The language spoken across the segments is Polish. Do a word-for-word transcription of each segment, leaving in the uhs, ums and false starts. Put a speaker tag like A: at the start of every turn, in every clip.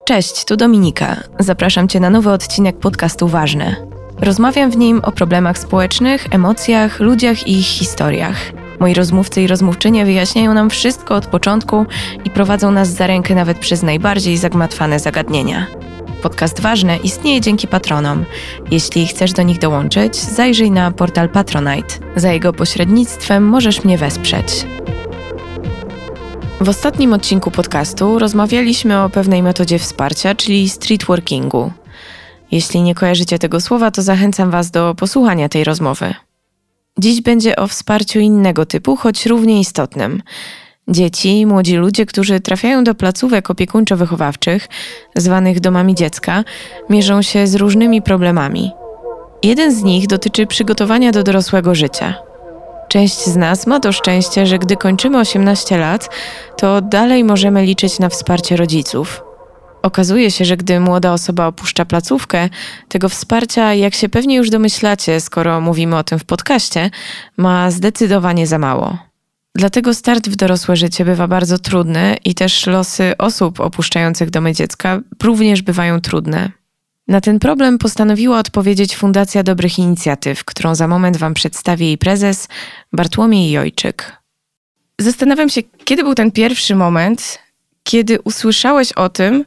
A: Cześć, tu Dominika. Zapraszam Cię na nowy odcinek podcastu Ważne. Rozmawiam w nim o problemach społecznych, emocjach, ludziach i ich historiach. Moi rozmówcy i rozmówczynie wyjaśniają nam wszystko od początku i prowadzą nas za rękę nawet przez najbardziej zagmatwane zagadnienia. Podcast Ważne istnieje dzięki patronom. Jeśli chcesz do nich dołączyć, zajrzyj na portal Patronite. Za jego pośrednictwem możesz mnie wesprzeć. W ostatnim odcinku podcastu rozmawialiśmy o pewnej metodzie wsparcia, czyli streetworkingu. Jeśli nie kojarzycie tego słowa, to zachęcam Was do posłuchania tej rozmowy. Dziś będzie o wsparciu innego typu, choć równie istotnym. Dzieci, młodzi ludzie, którzy trafiają do placówek opiekuńczo-wychowawczych, zwanych domami dziecka, mierzą się z różnymi problemami. Jeden z nich dotyczy przygotowania do dorosłego życia. Część z nas ma to szczęście, że gdy kończymy osiemnaście lat, to dalej możemy liczyć na wsparcie rodziców. Okazuje się, że gdy młoda osoba opuszcza placówkę, tego wsparcia, jak się pewnie już domyślacie, skoro mówimy o tym w podcaście, ma zdecydowanie za mało. Dlatego start w dorosłe życie bywa bardzo trudny i też losy osób opuszczających domy dziecka również bywają trudne. Na ten problem postanowiła odpowiedzieć Fundacja Dobrych Inicjatyw, którą za moment Wam przedstawi jej prezes Bartłomiej Jojczyk. Zastanawiam się, kiedy był ten pierwszy moment, kiedy usłyszałeś o tym,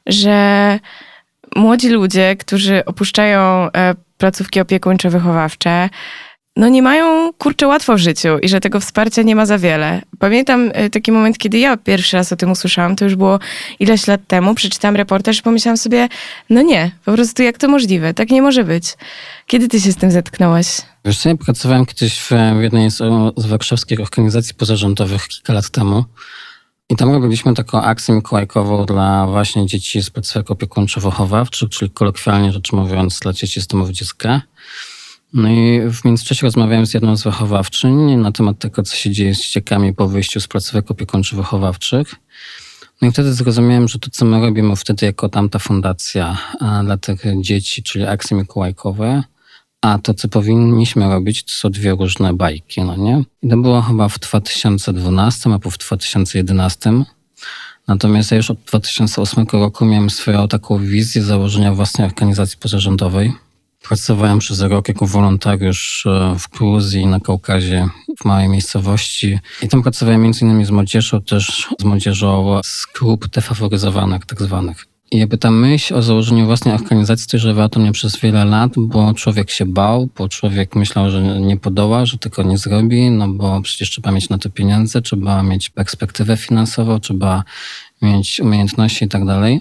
A: że młodzi ludzie, którzy opuszczają e, placówki opiekuńczo-wychowawcze, no nie mają, kurczę, łatwo w życiu i że tego wsparcia nie ma za wiele. Pamiętam e, taki moment, kiedy ja pierwszy raz o tym usłyszałam, to już było ileś lat temu, przeczytałam reportaż i pomyślałam sobie, no nie, po prostu jak to możliwe, tak nie może być. Kiedy ty się z tym zetknąłeś?
B: Wiesz co, ja pracowałem kiedyś w, w jednej z, z warszawskich organizacji pozarządowych kilka lat temu. I tam robiliśmy taką akcję mikołajkową dla właśnie dzieci z placówek opiekuńczo-wychowawczych, czyli kolokwialnie rzecz mówiąc dla dzieci z domów dziecka. No i w międzyczasie rozmawiałem z jedną z wychowawczyń na temat tego, co się dzieje z dzieciakami po wyjściu z placówek opiekuńczo-wychowawczych. No i wtedy zrozumiałem, że to, co my robimy wtedy jako tamta fundacja dla tych dzieci, czyli akcje mikołajkowe, a to, co powinniśmy robić, to są dwie różne bajki, no nie? I to było chyba w dwa tysiące dwunastym albo w dwa tysiące jedenastym. Natomiast ja już od dwa tysiące ósmego roku miałem swoją taką wizję założenia własnej organizacji pozarządowej. Pracowałem przez rok jako wolontariusz w Gruzji, na Kaukazie, w małej miejscowości. I tam pracowałem między innymi z młodzieżą, też z młodzieżą z grup defaworyzowanych tak zwanych. I jakby ta myśl o założeniu własnej organizacji dojrzewała to mnie przez wiele lat, bo człowiek się bał, bo człowiek myślał, że nie podoła, że tego nie zrobi, no bo przecież trzeba mieć na to pieniądze, trzeba mieć perspektywę finansową, trzeba mieć umiejętności i tak dalej.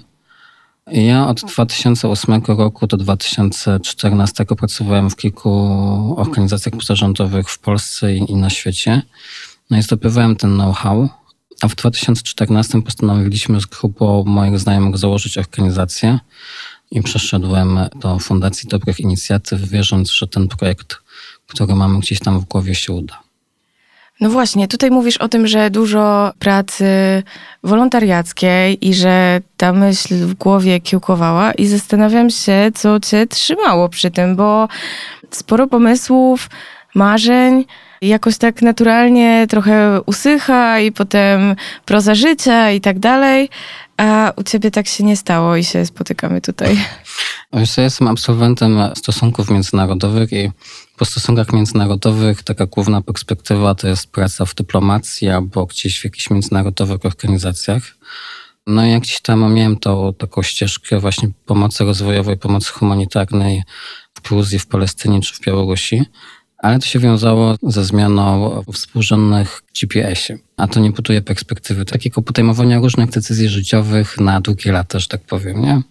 B: I ja od dwa tysiące ósmego roku do dwa tysiące czternastego pracowałem w kilku organizacjach pozarządowych w Polsce i, i na świecie. No i zdobywałem ten know-how. A w dwa tysiące czternastym postanowiliśmy z grupą moich znajomych założyć organizację i przeszedłem do Fundacji Dobrych Inicjatyw, wierząc, że ten projekt, który mamy gdzieś tam w głowie, się uda.
A: No właśnie, tutaj mówisz o tym, że dużo pracy wolontariackiej i że ta myśl w głowie kiełkowała i zastanawiam się, co cię trzymało przy tym, bo sporo pomysłów, marzeń jakoś tak naturalnie trochę usycha i potem proza życia i tak dalej, a u ciebie tak się nie stało i się spotykamy tutaj.
B: Wiesz, ja jestem absolwentem stosunków międzynarodowych i po stosunkach międzynarodowych taka główna perspektywa to jest praca w dyplomacji albo gdzieś w jakichś międzynarodowych organizacjach. No i jak gdzieś tam miałem tą taką ścieżkę właśnie pomocy rozwojowej, pomocy humanitarnej w Gruzji, w Palestynie czy w Białorusi, ale to się wiązało ze zmianą współrzędnych G P S-ie. A to nie buduje perspektywy takiego podejmowania różnych decyzji życiowych na długie lata, że tak powiem, nie?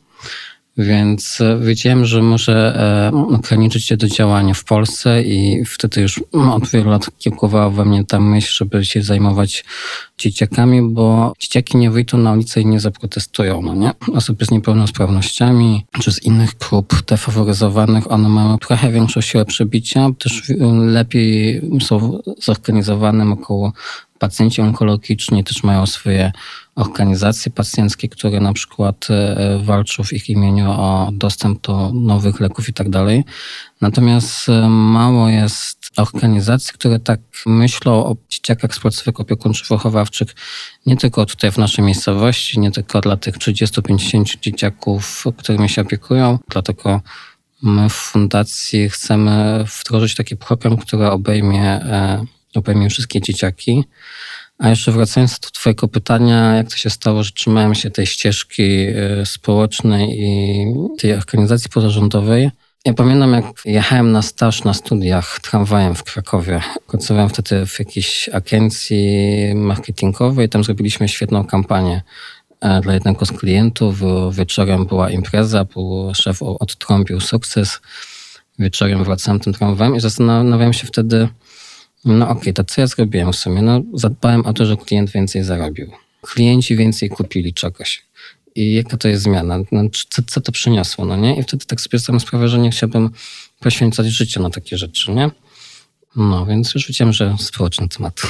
B: Więc wiedziałem, że muszę ograniczyć się do działania w Polsce i wtedy już od wielu lat kiełkowała we mnie ta myśl, żeby się zajmować dzieciakami, bo dzieciaki nie wyjdą na ulicę i nie zaprotestują, no nie? Osoby z niepełnosprawnościami czy z innych grup defaworyzowanych, one mają trochę większą siłę przebicia, też lepiej są zorganizowane, około Pacjenci onkologiczni też mają swoje organizacje pacjenckie, które na przykład walczą w ich imieniu o dostęp do nowych leków i tak dalej. Natomiast mało jest organizacji, które tak myślą o dzieciakach z placówek opiekuńczo-wychowawczych nie tylko tutaj w naszej miejscowości, nie tylko dla tych trzydziestu pięćdziesięciu dzieciaków, którymi się opiekują. Dlatego my w fundacji chcemy wdrożyć taki program, który obejmie, obejmie wszystkie dzieciaki. A jeszcze wracając do twojego pytania, jak to się stało, że trzymałem się tej ścieżki społecznej i tej organizacji pozarządowej. Ja pamiętam, jak jechałem na staż na studiach tramwajem w Krakowie. Pracowałem wtedy w jakiejś agencji marketingowej. Tam zrobiliśmy świetną kampanię dla jednego z klientów. Wieczorem była impreza, był szef odtrąbił sukces. Wieczorem wracałem tym tramwajem i zastanawiałem się wtedy, no okej, okay, to co ja zrobiłem w sumie? No zadbałem o to, że klient więcej zarobił. Klienci więcej kupili czegoś. I jaka to jest zmiana? No, co, co to przyniosło? No nie? I wtedy tak sobie zdałem sprawę, że nie chciałbym poświęcać życia na takie rzeczy, nie? No, więc już wiedziałem, że społeczny temat.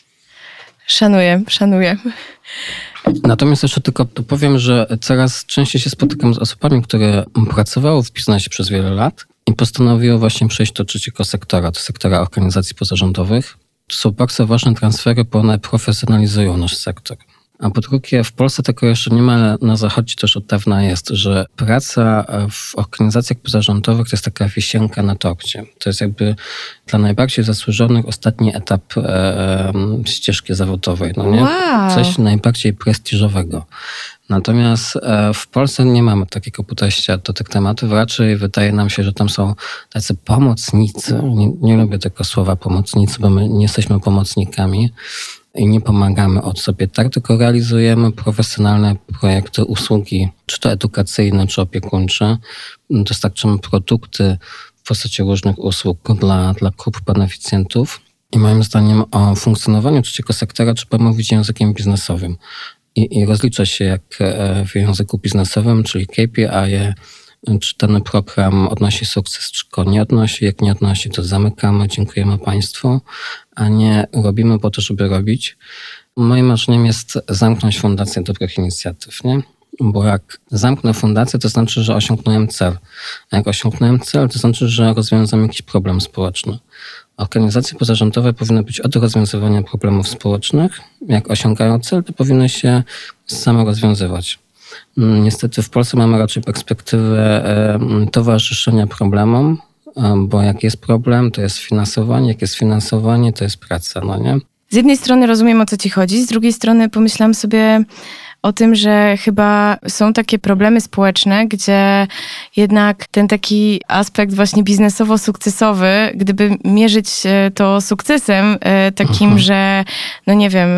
A: Szanuję, szanuję.
B: Natomiast jeszcze tylko to powiem, że coraz częściej się spotykam z osobami, które pracowały w biznesie przez wiele lat i postanowiły właśnie przejść do trzeciego sektora, do sektora organizacji pozarządowych. To są bardzo ważne transfery, bo one profesjonalizują nasz sektor. A po drugie, w Polsce tego jeszcze nie ma, ale na Zachodzie też od dawna jest, że praca w organizacjach pozarządowych to jest taka wisienka na torcie. To jest jakby dla najbardziej zasłużonych ostatni etap e, ścieżki zawodowej. No nie?
A: Wow.
B: Coś najbardziej prestiżowego. Natomiast e, w Polsce nie mamy takiego podejścia do tych tematów. Raczej wydaje nam się, że tam są tacy pomocnicy. Nie, nie lubię tego słowa pomocnicy, bo my nie jesteśmy pomocnikami. I nie pomagamy od sobie tak, tylko realizujemy profesjonalne projekty, usługi, czy to edukacyjne, czy opiekuńcze. Dostarczamy produkty w postaci różnych usług dla, dla grup beneficjentów. I moim zdaniem o funkcjonowaniu trzeciego sektora trzeba mówić językiem biznesowym. I, i rozlicza się jak w języku biznesowym, czyli K P I, czy ten program odnosi sukces, czy go nie odnosi. Jak nie odnosi, to zamykamy, dziękujemy Państwu, a nie robimy po to, żeby robić. Moim marzeniem jest zamknąć Fundację Dobrych Inicjatyw, nie? Bo jak zamknę fundację, to znaczy, że osiągnąłem cel. A jak osiągnąłem cel, to znaczy, że rozwiązam jakiś problem społeczny. Organizacje pozarządowe powinny być od rozwiązywania problemów społecznych. Jak osiągają cel, to powinny się same rozwiązywać. Niestety w Polsce mamy raczej perspektywę towarzyszenia problemom, bo jak jest problem, to jest finansowanie, jak jest finansowanie, to jest praca, no nie?
A: Z jednej strony rozumiem, o co ci chodzi, z drugiej strony pomyślałam sobie o tym, że chyba są takie problemy społeczne, gdzie jednak ten taki aspekt właśnie biznesowo-sukcesowy, gdyby mierzyć to sukcesem takim, mhm. że no nie wiem,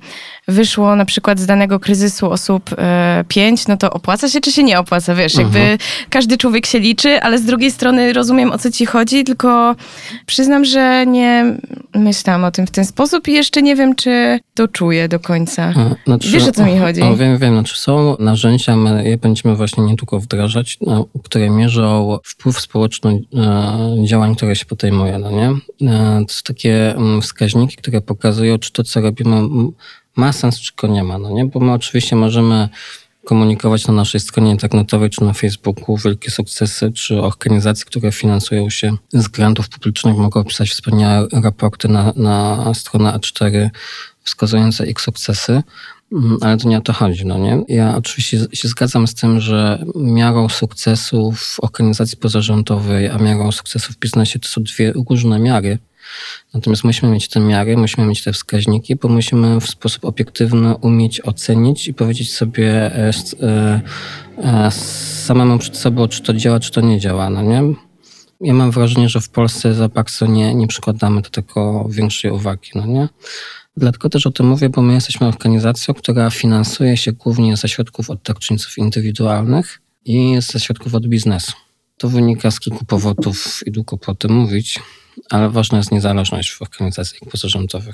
A: wyszło na przykład z danego kryzysu osób pięć, no to opłaca się czy się nie opłaca, wiesz, jakby mhm. każdy człowiek się liczy, ale z drugiej strony rozumiem, o co ci chodzi, tylko przyznam, że nie myślałam o tym w ten sposób i jeszcze nie wiem, czy to czuję do końca. Znaczy, wiesz, o co mi chodzi?
B: O, wiem, wiem. Znaczy są narzędzia, my je będziemy właśnie niedługo wdrażać, no, które mierzą wpływ społeczny e, działań, które się podejmuje, no nie? E, to są takie m, wskaźniki, które pokazują, czy to, co robimy, m, ma sens, czy go nie ma, no nie? Bo my oczywiście możemy komunikować na naszej stronie internetowej, czy na Facebooku wielkie sukcesy, czy organizacje, które finansują się z grantów publicznych, mogą pisać wspaniałe raporty na, na stronę A cztery wskazujące ich sukcesy, ale to nie o to chodzi, no nie? Ja oczywiście się zgadzam z tym, że miarą sukcesu w organizacji pozarządowej, a miarą sukcesu w biznesie to są dwie różne miary. Natomiast musimy mieć te miary, musimy mieć te wskaźniki, bo musimy w sposób obiektywny umieć ocenić i powiedzieć sobie e, e, e, samemu przed sobą, czy to działa, czy to nie działa, no nie? Ja mam wrażenie, że w Polsce za bardzo nie, nie przykładamy do tego większej uwagi, no nie? Dlatego też o tym mówię, bo my jesteśmy organizacją, która finansuje się głównie ze środków od darczyńców indywidualnych i ze środków od biznesu. To wynika z kilku powodów i długo po tym mówić, ale ważna jest niezależność w organizacjach pozarządowych.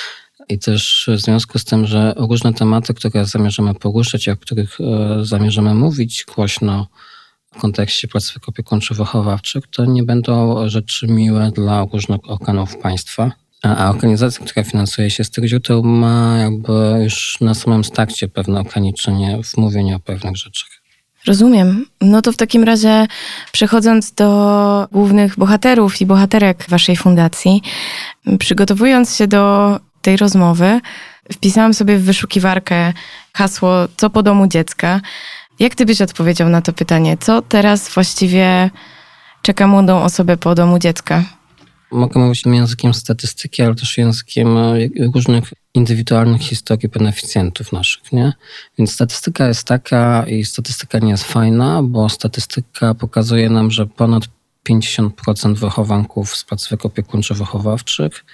B: I też w związku z tym, że różne tematy, które zamierzamy poruszać, o których zamierzamy mówić głośno w kontekście placówek opiekuńczo-wychowawczych, to nie będą rzeczy miłe dla różnych organów państwa. A, a organizacja, która finansuje się z tych źródeł, ma jakby już na samym starcie pewne ograniczenie w mówieniu o pewnych rzeczach.
A: Rozumiem. No to w takim razie przechodząc do głównych bohaterów i bohaterek waszej fundacji, przygotowując się do tej rozmowy, wpisałam sobie w wyszukiwarkę hasło "co po domu dziecka". Jak ty byś odpowiedział na to pytanie? Co teraz właściwie czeka młodą osobę po domu dziecka?
B: Mogę mówić językiem statystyki, ale też językiem różnych indywidualnych historii beneficjentów naszych, nie? Więc statystyka jest taka i statystyka nie jest fajna, bo statystyka pokazuje nam, że ponad pięćdziesiąt procent wychowanków z placówek opiekuńczo-wychowawczych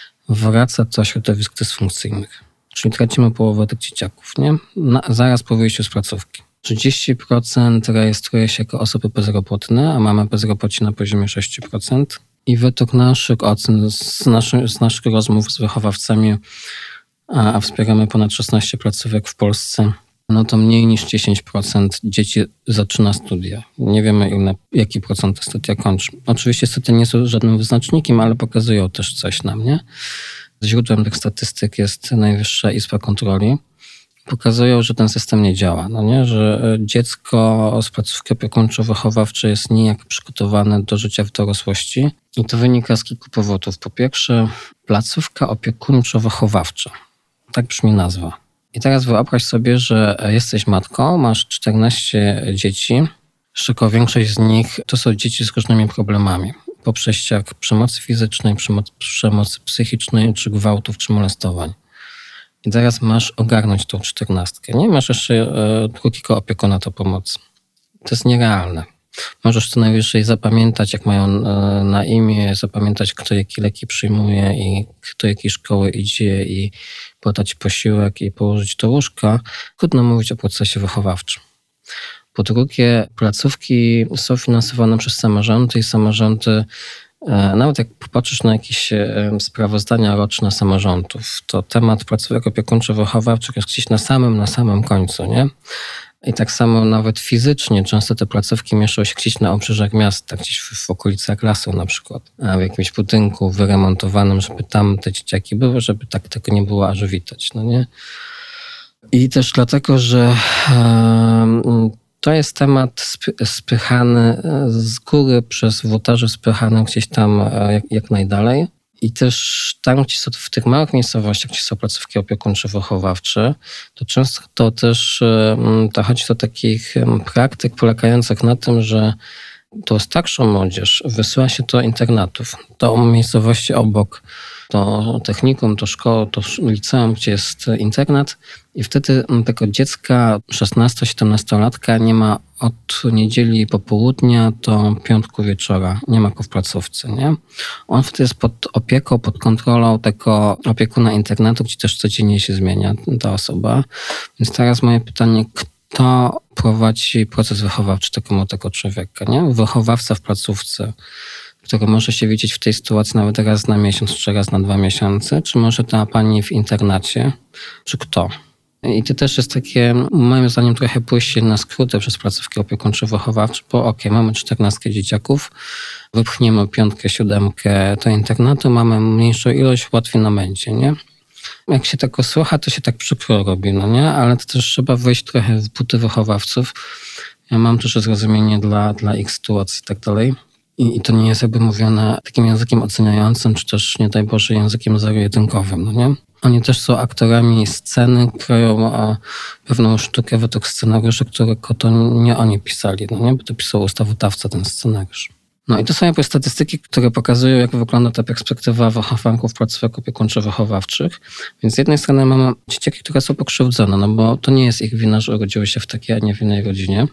B: wraca do środowisk dysfunkcyjnych. Czyli tracimy połowę tych dzieciaków, nie? Na, zaraz po wyjściu z placówki. trzydzieści procent rejestruje się jako osoby bezrobotne, a mamy bezrobocie na poziomie sześć procent. I według naszych ocen, z, naszy, z naszych rozmów z wychowawcami, a, a wspieramy ponad szesnaście placówek w Polsce, no to mniej niż dziesięć procent dzieci zaczyna studia. Nie wiemy, ile, jaki procent te studia kończy. Oczywiście studia nie są żadnym wyznacznikiem, ale pokazują też coś nam, nie? Źródłem tych statystyk jest Najwyższa Izba Kontroli. Pokazują, że ten system nie działa, no nie? Że dziecko z placówki opiekuńczo-wychowawczej jest nijak przygotowane do życia w dorosłości. I to wynika z kilku powodów. Po pierwsze, placówka opiekuńczo-wychowawcza. Tak brzmi nazwa. I teraz wyobraź sobie, że jesteś matką, masz czternaście dzieci, z czego większość z nich to są dzieci z różnymi problemami. Po przejściach przemocy fizycznej, przemocy, przemocy psychicznej, czy gwałtów, czy molestowań. I teraz masz ogarnąć tą czternastkę. Nie masz jeszcze e, drugiego opiekuna do pomocy. To jest nierealne. Możesz co najwyżej zapamiętać, jak mają e, na imię, zapamiętać, kto jakie leki przyjmuje i kto jakiej szkoły idzie i podać posiłek i położyć do łóżka. Trudno mówić o procesie wychowawczym. Po drugie, placówki są finansowane przez samorządy i samorządy, nawet jak popatrzysz na jakieś sprawozdania roczne samorządów, to temat placówek opiekuńczo-wychowawczych jest gdzieś na samym, na samym końcu, nie? I tak samo nawet fizycznie często te placówki mieszczą się gdzieś na obrzeżach miasta, gdzieś w, w okolicach lasu na przykład, a w jakimś budynku wyremontowanym, żeby tam te dzieciaki były, żeby tak tego nie było aż widać, no nie? I też dlatego, że um, to jest temat spychany z góry przez włodarzy, spychany gdzieś tam jak, jak najdalej. I też tam, gdzie są w tych małych miejscowościach, gdzie są placówki opiekuńczo-wychowawcze, to często to też dochodzi do takich praktyk polegających na tym, że tą starszą młodzież wysyła się do internatów, do miejscowości obok, do technikum, do szkoły, do liceum, gdzie jest internat i wtedy tego dziecka szesnasto-siedemnastolatka nie ma od niedzieli popołudnia do piątku wieczora. Nie ma go w placówce, nie? On wtedy jest pod opieką, pod kontrolą tego opiekuna internatu, gdzie też codziennie się zmienia ta osoba. Więc teraz moje pytanie, kto prowadzi proces wychowawczy tego młodego człowieka, nie? Wychowawca w placówce, który może się widzieć w tej sytuacji nawet raz na miesiąc, czy raz na dwa miesiące, czy może ta pani w internacie, czy kto? I to też jest takie, moim zdaniem, trochę pójście na skróty przez placówki opiekuńczo-wychowawcze, bo okej, okay, mamy czternastkę dzieciaków, wypchniemy piątkę, siódemkę do internatu, mamy mniejszą ilość, łatwiej nam będzie, nie? Jak się tego słucha, to się tak przykro robi, no nie? Ale to też trzeba wejść trochę w buty wychowawców. Ja mam duże zrozumienie dla, dla ich sytuacji i tak dalej. I, I to nie jest jakby mówione takim językiem oceniającym, czy też, nie daj Boże, językiem zero-jedynkowym, no nie? Oni też są aktorami sceny, kroją pewną sztukę według scenariusza, którego to nie oni pisali, no nie? Bo to pisał ustawodawca ten scenariusz. No i to są jakby statystyki, które pokazują, jak wygląda ta perspektywa wychowanków placówek opiekuńczo-wychowawczych. Więc z jednej strony mamy dzieciaki, które są pokrzywdzone, no bo to nie jest ich wina, że urodziły się w takiej, a nie w innej rodzinie.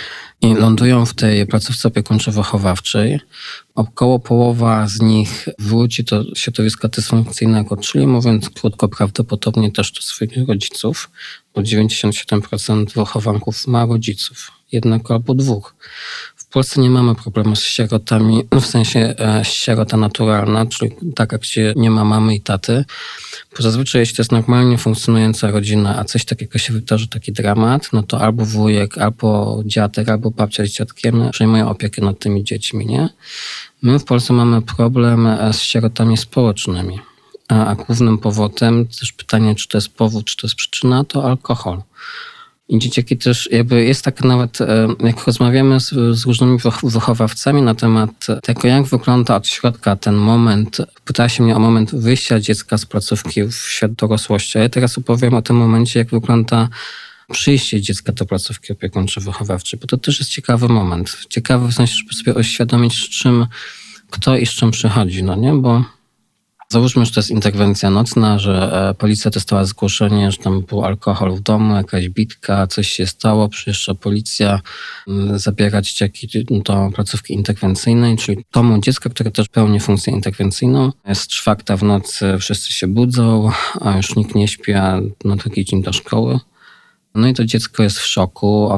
B: I lądują w tej placówce opiekuńczo-wychowawczej. Około połowa z nich wróci do środowiska dysfunkcyjnego, czyli mówiąc krótko, prawdopodobnie też do swoich rodziców, bo dziewięćdziesiąt siedem procent wychowanków ma rodziców, jednego albo dwóch. W Polsce nie mamy problemu z sierotami, w sensie e, sierota naturalna, czyli taka, gdzie nie ma mamy i taty. Bo zazwyczaj, jeśli to jest normalnie funkcjonująca rodzina, a coś takiego się wydarzy, taki dramat, no to albo wujek, albo dziadek, albo babcia z dziadkiem przejmują opiekę nad tymi dziećmi, nie? My w Polsce mamy problem z sierotami społecznymi. a, a głównym powodem, też pytanie, czy to jest powód, czy to jest przyczyna, to alkohol. I dzieciaki też, jakby jest tak nawet, jak rozmawiamy z, z różnymi wychowawcami na temat tego, jak wygląda od środka ten moment, pyta się mnie o moment wyjścia dziecka z placówki w świat dorosłości. A ja teraz opowiem o tym momencie, jak wygląda przyjście dziecka do placówki opiekuńczo-wychowawczej, bo to też jest ciekawy moment. Ciekawy w sensie, żeby sobie uświadomić, z czym, kto i z czym przychodzi, no nie? Bo załóżmy, że to jest interwencja nocna, że policja dostała zgłoszenie, że tam był alkohol w domu, jakaś bitka, coś się stało, przyjeżdża policja, zabiera dzieciaki do placówki interwencyjnej, czyli domu dziecka, które też pełni funkcję interwencyjną. Jest czwarta w nocy, wszyscy się budzą, a już nikt nie śpi, a na drugi dzień do szkoły. No i to dziecko jest w szoku,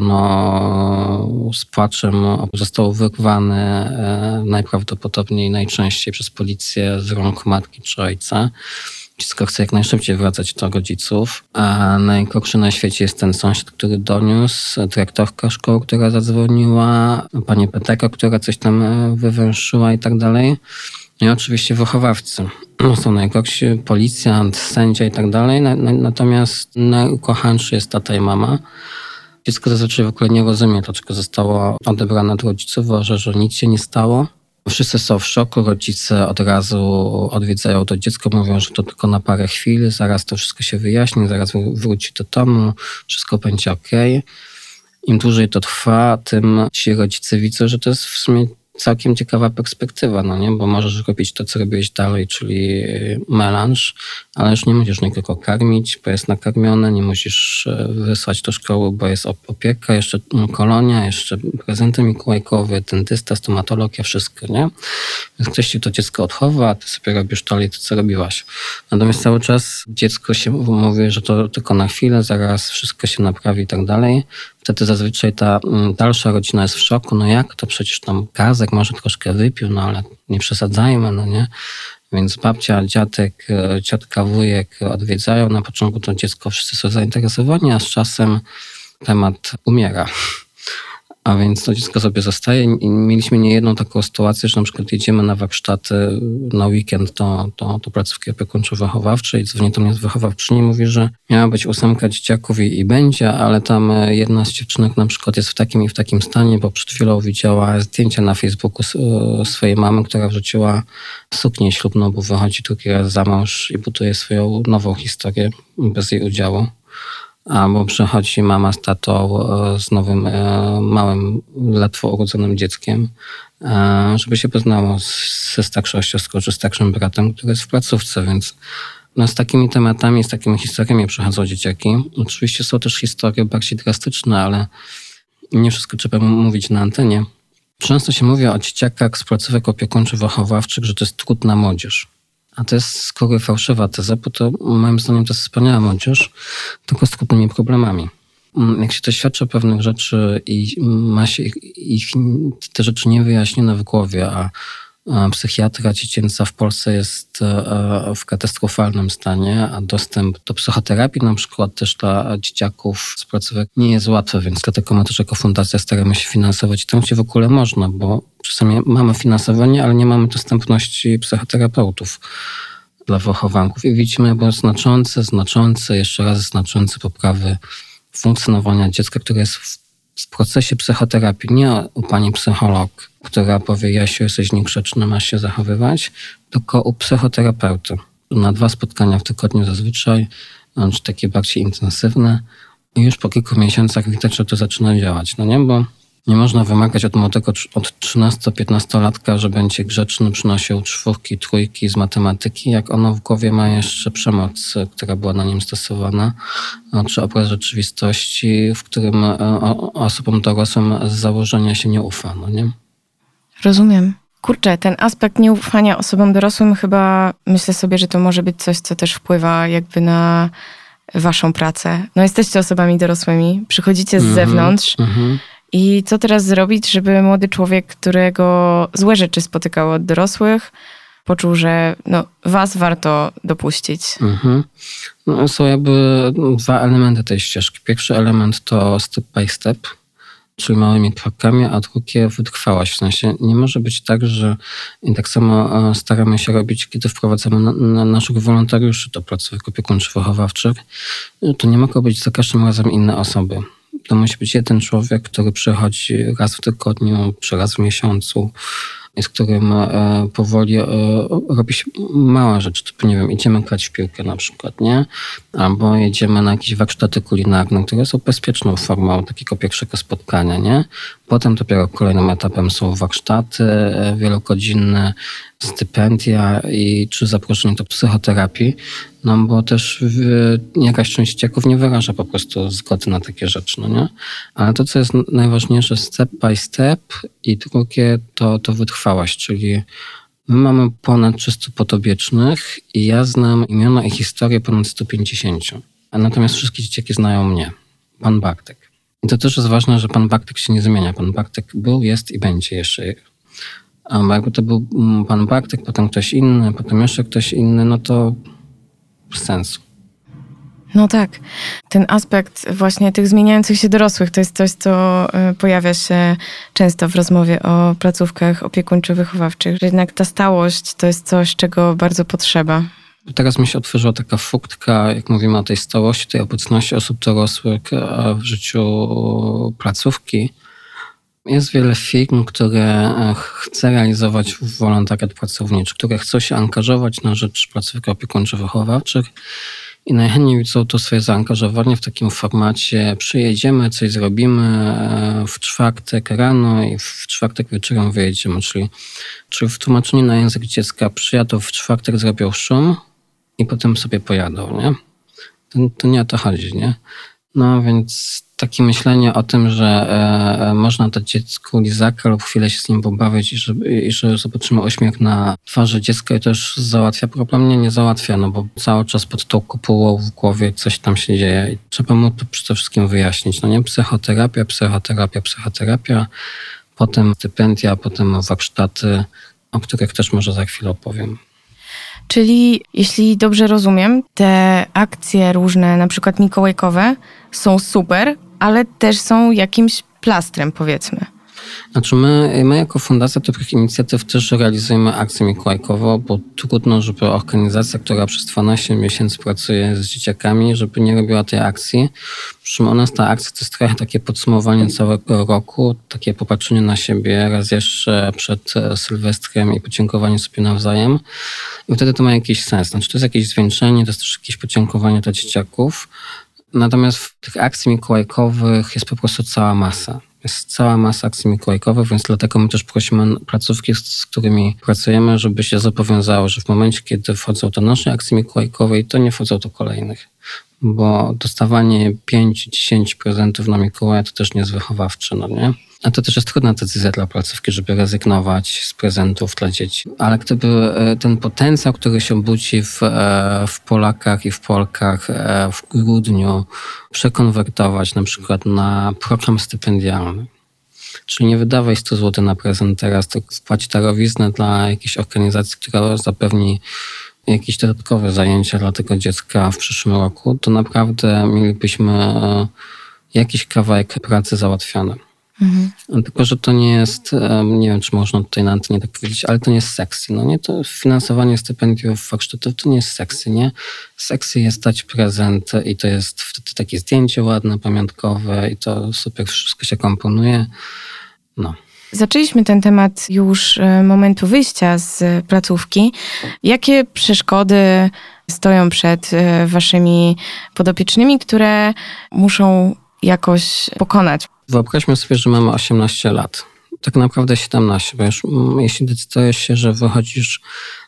B: ono z płaczem zostało wyrwane najprawdopodobniej, najczęściej przez policję z rąk matki czy ojca. Dziecko chce jak najszybciej wracać do rodziców, a najgorszy na świecie jest ten sąsiad, który doniósł, dyrektorka szkoły, która zadzwoniła, pani Peteka, która coś tam wywęszyła i tak dalej. I oczywiście wychowawcy. Są najgorsi, policjant, sędzia i tak dalej. Natomiast najukochańszy jest tata i mama. Dziecko zazwyczaj w ogóle nie rozumie, dlaczego zostało odebrane od rodziców, uważa, że nic się nie stało. Wszyscy są w szoku, rodzice od razu odwiedzają to dziecko, mówią, że to tylko na parę chwil, zaraz to wszystko się wyjaśni, zaraz wróci do domu, wszystko będzie okej. Im dłużej to trwa, tym ci rodzice widzą, że to jest w sumie całkiem ciekawa perspektywa, no nie? Bo możesz robić to, co robiłeś dalej, czyli melanż, ale już nie musisz nikogo karmić, bo jest nakarmione, nie musisz wysłać do szkoły, bo jest opieka, jeszcze kolonia, jeszcze prezenty mikołajkowe, dentysta, stomatologia, wszystko, nie? Więc ktoś ci to dziecko odchowa, a ty sobie robisz dalej to, co robiłaś. Natomiast cały czas dziecko się mówi, że to tylko na chwilę, zaraz wszystko się naprawi i tak dalej. Wtedy zazwyczaj ta dalsza rodzina jest w szoku. No jak? To przecież tam Kazek może troszkę wypił, no ale nie przesadzajmy, no nie? Więc babcia, dziadek, ciotka, wujek odwiedzają. Na początku to dziecko wszyscy są zainteresowani, a z czasem temat umiera. A więc to dziecko sobie zostaje. I mieliśmy niejedną taką sytuację, że na przykład jedziemy na warsztaty na weekend do, do, do placówki opiekuńczo-wychowawczej. Dzwoni do mnie z wychowawczyni i mówi, że miała być ósemka dzieciaków i, i będzie, ale tam jedna z dziewczynek na przykład jest w takim i w takim stanie, bo przed chwilą widziała zdjęcia na Facebooku swojej mamy, która wrzuciła suknię ślubną, bo wychodzi drugi raz za mąż i buduje swoją nową historię bez jej udziału. Albo przychodzi mama z tatą z nowym, małym, ledwo urodzonym dzieckiem, żeby się poznało ze starszą siostrą czy starszym bratem, który jest w placówce, więc no z takimi tematami, z takimi historiami przychodzą dzieciaki. Oczywiście są też historie bardziej drastyczne, ale nie wszystko trzeba mówić na antenie. Często się mówi o dzieciakach z placówek opiekuńczo-wychowawczych, że to jest trudna młodzież. A to jest z góry fałszywa teza, bo to moim zdaniem to jest wspaniała młodzież, tylko z trudnymi problemami. Jak się doświadcza pewnych rzeczy i ma się ich, ich te rzeczy niewyjaśnione w głowie, a, a psychiatra dziecięca w Polsce jest w katastrofalnym stanie, a dostęp do psychoterapii na przykład też dla dzieciaków z placówek nie jest łatwy, więc dlatego my też jako fundacja staramy się finansować tam, gdzie w ogóle można, bo czasami mamy finansowanie, ale nie mamy dostępności psychoterapeutów dla wychowanków i widzimy bo znaczące, znaczące, jeszcze raz znaczące poprawy funkcjonowania dziecka, które jest w, w procesie psychoterapii, nie u pani psycholog, która powie, Jasiu, jesteś niegrzeczny, masz się zachowywać, tylko u psychoterapeuty. Na dwa spotkania w tygodniu zazwyczaj, czy takie bardziej intensywne i już po kilku miesiącach widać, że to zaczyna działać, no nie, bo nie można wymagać od młodego, od trzynasto-piętnastolatka, że będzie grzeczny, przynosił czwórki, trójki z matematyki, jak ono w głowie ma jeszcze przemoc, która była na nim stosowana, czy obraz rzeczywistości, w którym osobom dorosłym z założenia się nie ufa, no nie?
A: Rozumiem. Kurczę, ten aspekt nieufania osobom dorosłym chyba myślę sobie, że to może być coś, co też wpływa jakby na waszą pracę. No jesteście osobami dorosłymi, przychodzicie z mm-hmm, zewnątrz, mm-hmm. I co teraz zrobić, żeby młody człowiek, którego złe rzeczy spotykało od dorosłych, poczuł, że no, was warto dopuścić?
B: Mhm. No, są jakby dwa elementy tej ścieżki. Pierwszy element to step by step, czyli małymi krokami, a drugie wytrwałość. W sensie nie może być tak, że i tak samo staramy się robić, kiedy wprowadzamy na, na naszych wolontariuszy do placówek opiekuńczo-wychowawczych, to nie mogą być za każdym razem inne osoby. To musi być jeden człowiek, który przychodzi raz w tygodniu, czy raz w miesiącu, z którym e, powoli e, robi się mała rzecz. Typu, nie wiem, idziemy grać w piłkę na przykład, nie? Albo jedziemy na jakieś warsztaty kulinarne, które są bezpieczną formą takiego pierwszego spotkania, nie? Potem dopiero kolejnym etapem są warsztaty e, wielogodzinne, stypendia i czy zaproszenie do psychoterapii, no bo też w, jakaś część dzieciaków nie wyraża po prostu zgody na takie rzeczy, no nie? Ale to, co jest najważniejsze, step by step i drugie to, to wytrwałość, czyli my mamy ponad trzysta podopiecznych i ja znam imiona i historię ponad sto pięćdziesiąt. A natomiast wszystkie dzieciaki znają mnie, pan Bartek. I to też jest ważne, że pan Bartek się nie zmienia. Pan Bartek był, jest i będzie jeszcze. A jakby to był pan Bartek, potem ktoś inny, potem jeszcze ktoś inny, no to bez sensu.
A: No tak. Ten aspekt właśnie tych zmieniających się dorosłych to jest coś, co pojawia się często w rozmowie o placówkach opiekuńczo-wychowawczich. Że jednak ta stałość to jest coś, czego bardzo potrzeba.
B: Teraz mi się otworzyła taka furtka, jak mówimy o tej stałości, tej obecności osób dorosłych w życiu placówki. Jest wiele firm, które chce realizować wolontariat pracowniczy, które chcą się angażować na rzecz placówek opiekuńczo-wychowawczych i najchętniej widzą to swoje zaangażowanie w takim formacie przyjedziemy, coś zrobimy w czwartek rano i w czwartek wieczorem wyjedziemy, czyli, czyli w tłumaczeniu na język dziecka przyjadą w czwartek, zrobią szum i potem sobie pojadą, nie? To, to nie o to chodzi, nie? No więc takie myślenie o tym, że e, można dać dziecku lizaka lub chwilę się z nim pobawić i że, i że zobaczymy uśmiech na twarzy dziecka i to już załatwia problem. Nie, nie załatwia, no bo cały czas pod tą kopułą w głowie coś tam się dzieje i trzeba mu to przede wszystkim wyjaśnić. No nie, psychoterapia, psychoterapia, psychoterapia, potem stypendia, potem warsztaty, o których też może za chwilę opowiem.
A: Czyli, jeśli dobrze rozumiem, te akcje różne, na przykład mikołajkowe, są super, ale też są jakimś plastrem, powiedzmy.
B: Znaczy my, my jako Fundacja Dobrych Inicjatyw też realizujemy akcję mikołajkową, bo trudno, żeby organizacja, która przez dwanaście miesięcy pracuje z dzieciakami, żeby nie robiła tej akcji. Przy czym u nas ta akcja to jest trochę takie podsumowanie całego roku, takie popatrzenie na siebie raz jeszcze przed Sylwestrem i podziękowanie sobie nawzajem. I wtedy to ma jakiś sens. Znaczy to jest jakieś zwieńczenie, to jest też jakieś podziękowanie dla dzieciaków. Natomiast w tych akcji mikołajkowych jest po prostu cała masa. Jest cała masa akcji mikołajkowych, więc dlatego my też prosimy placówki, z którymi pracujemy, żeby się zobowiązały, że w momencie, kiedy wchodzą do naszej akcji mikołajkowej, to nie wchodzą do kolejnych. Bo dostawanie pięć do dziesięciu prezentów na Mikołaja to też nie jest wychowawcze, no nie? A to też jest trudna decyzja dla placówki, żeby rezygnować z prezentów dla dzieci. Ale gdyby ten potencjał, który się budzi w, w Polakach i w Polkach w grudniu przekonwertować na przykład na program stypendialny, czyli nie wydawaj sto złotych na prezent teraz, to wpłać darowiznę dla jakiejś organizacji, która zapewni jakieś dodatkowe zajęcia dla tego dziecka w przyszłym roku, to naprawdę mielibyśmy jakiś kawałek pracy załatwiony. Mhm. Tylko, że to nie jest, nie wiem, czy można tutaj na antenie tak powiedzieć, ale to nie jest sexy. No nie, to finansowanie stypendiów warsztatów to nie jest sexy, nie? Sexy jest dać prezent i to jest wtedy takie zdjęcie ładne, pamiątkowe i to super wszystko się komponuje. No.
A: Zaczęliśmy ten temat już momentu wyjścia z placówki. Jakie przeszkody stoją przed waszymi podopiecznymi, które muszą jakoś pokonać?
B: Wyobraźmy sobie, że mamy osiemnaście lat. Tak naprawdę siedemnaście, bo już jeśli decydujesz się, że wychodzisz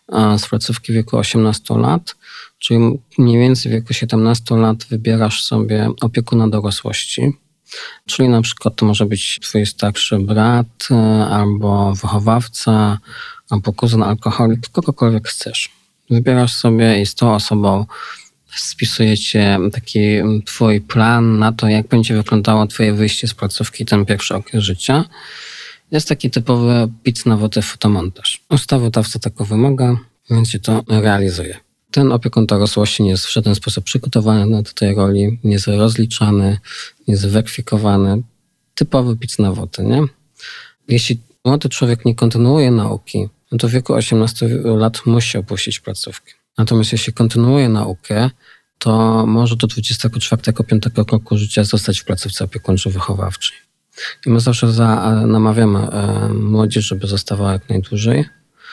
B: z placówki w wieku osiemnastu lat, czyli mniej więcej w wieku siedemnastu lat wybierasz sobie opiekuna dorosłości, czyli na przykład to może być twój starszy brat, albo wychowawca, albo kuzyn alkoholik, kogokolwiek chcesz. Wybierasz sobie i z tą osobą spisujecie taki twój plan na to, jak będzie wyglądało twoje wyjście z placówki, ten pierwszy okres życia. Jest taki typowy pic na wodę fotomontaż. Ustawodawca tego wymaga, więc się to realizuje. Ten opiekun dorosłości nie jest w żaden sposób przygotowany do tej roli, nie jest rozliczany, nie jest weryfikowany. typowy pic na wodę, nie? Jeśli młody człowiek nie kontynuuje nauki, no to w wieku osiemnastu lat musi opuścić placówkę. Natomiast jeśli kontynuuje naukę, to może do dwudziestego czwartego, piątego roku życia zostać w placówce opiekuńczo-wychowawczej. I my zawsze za, namawiamy e, młodzież, żeby zostawała jak najdłużej,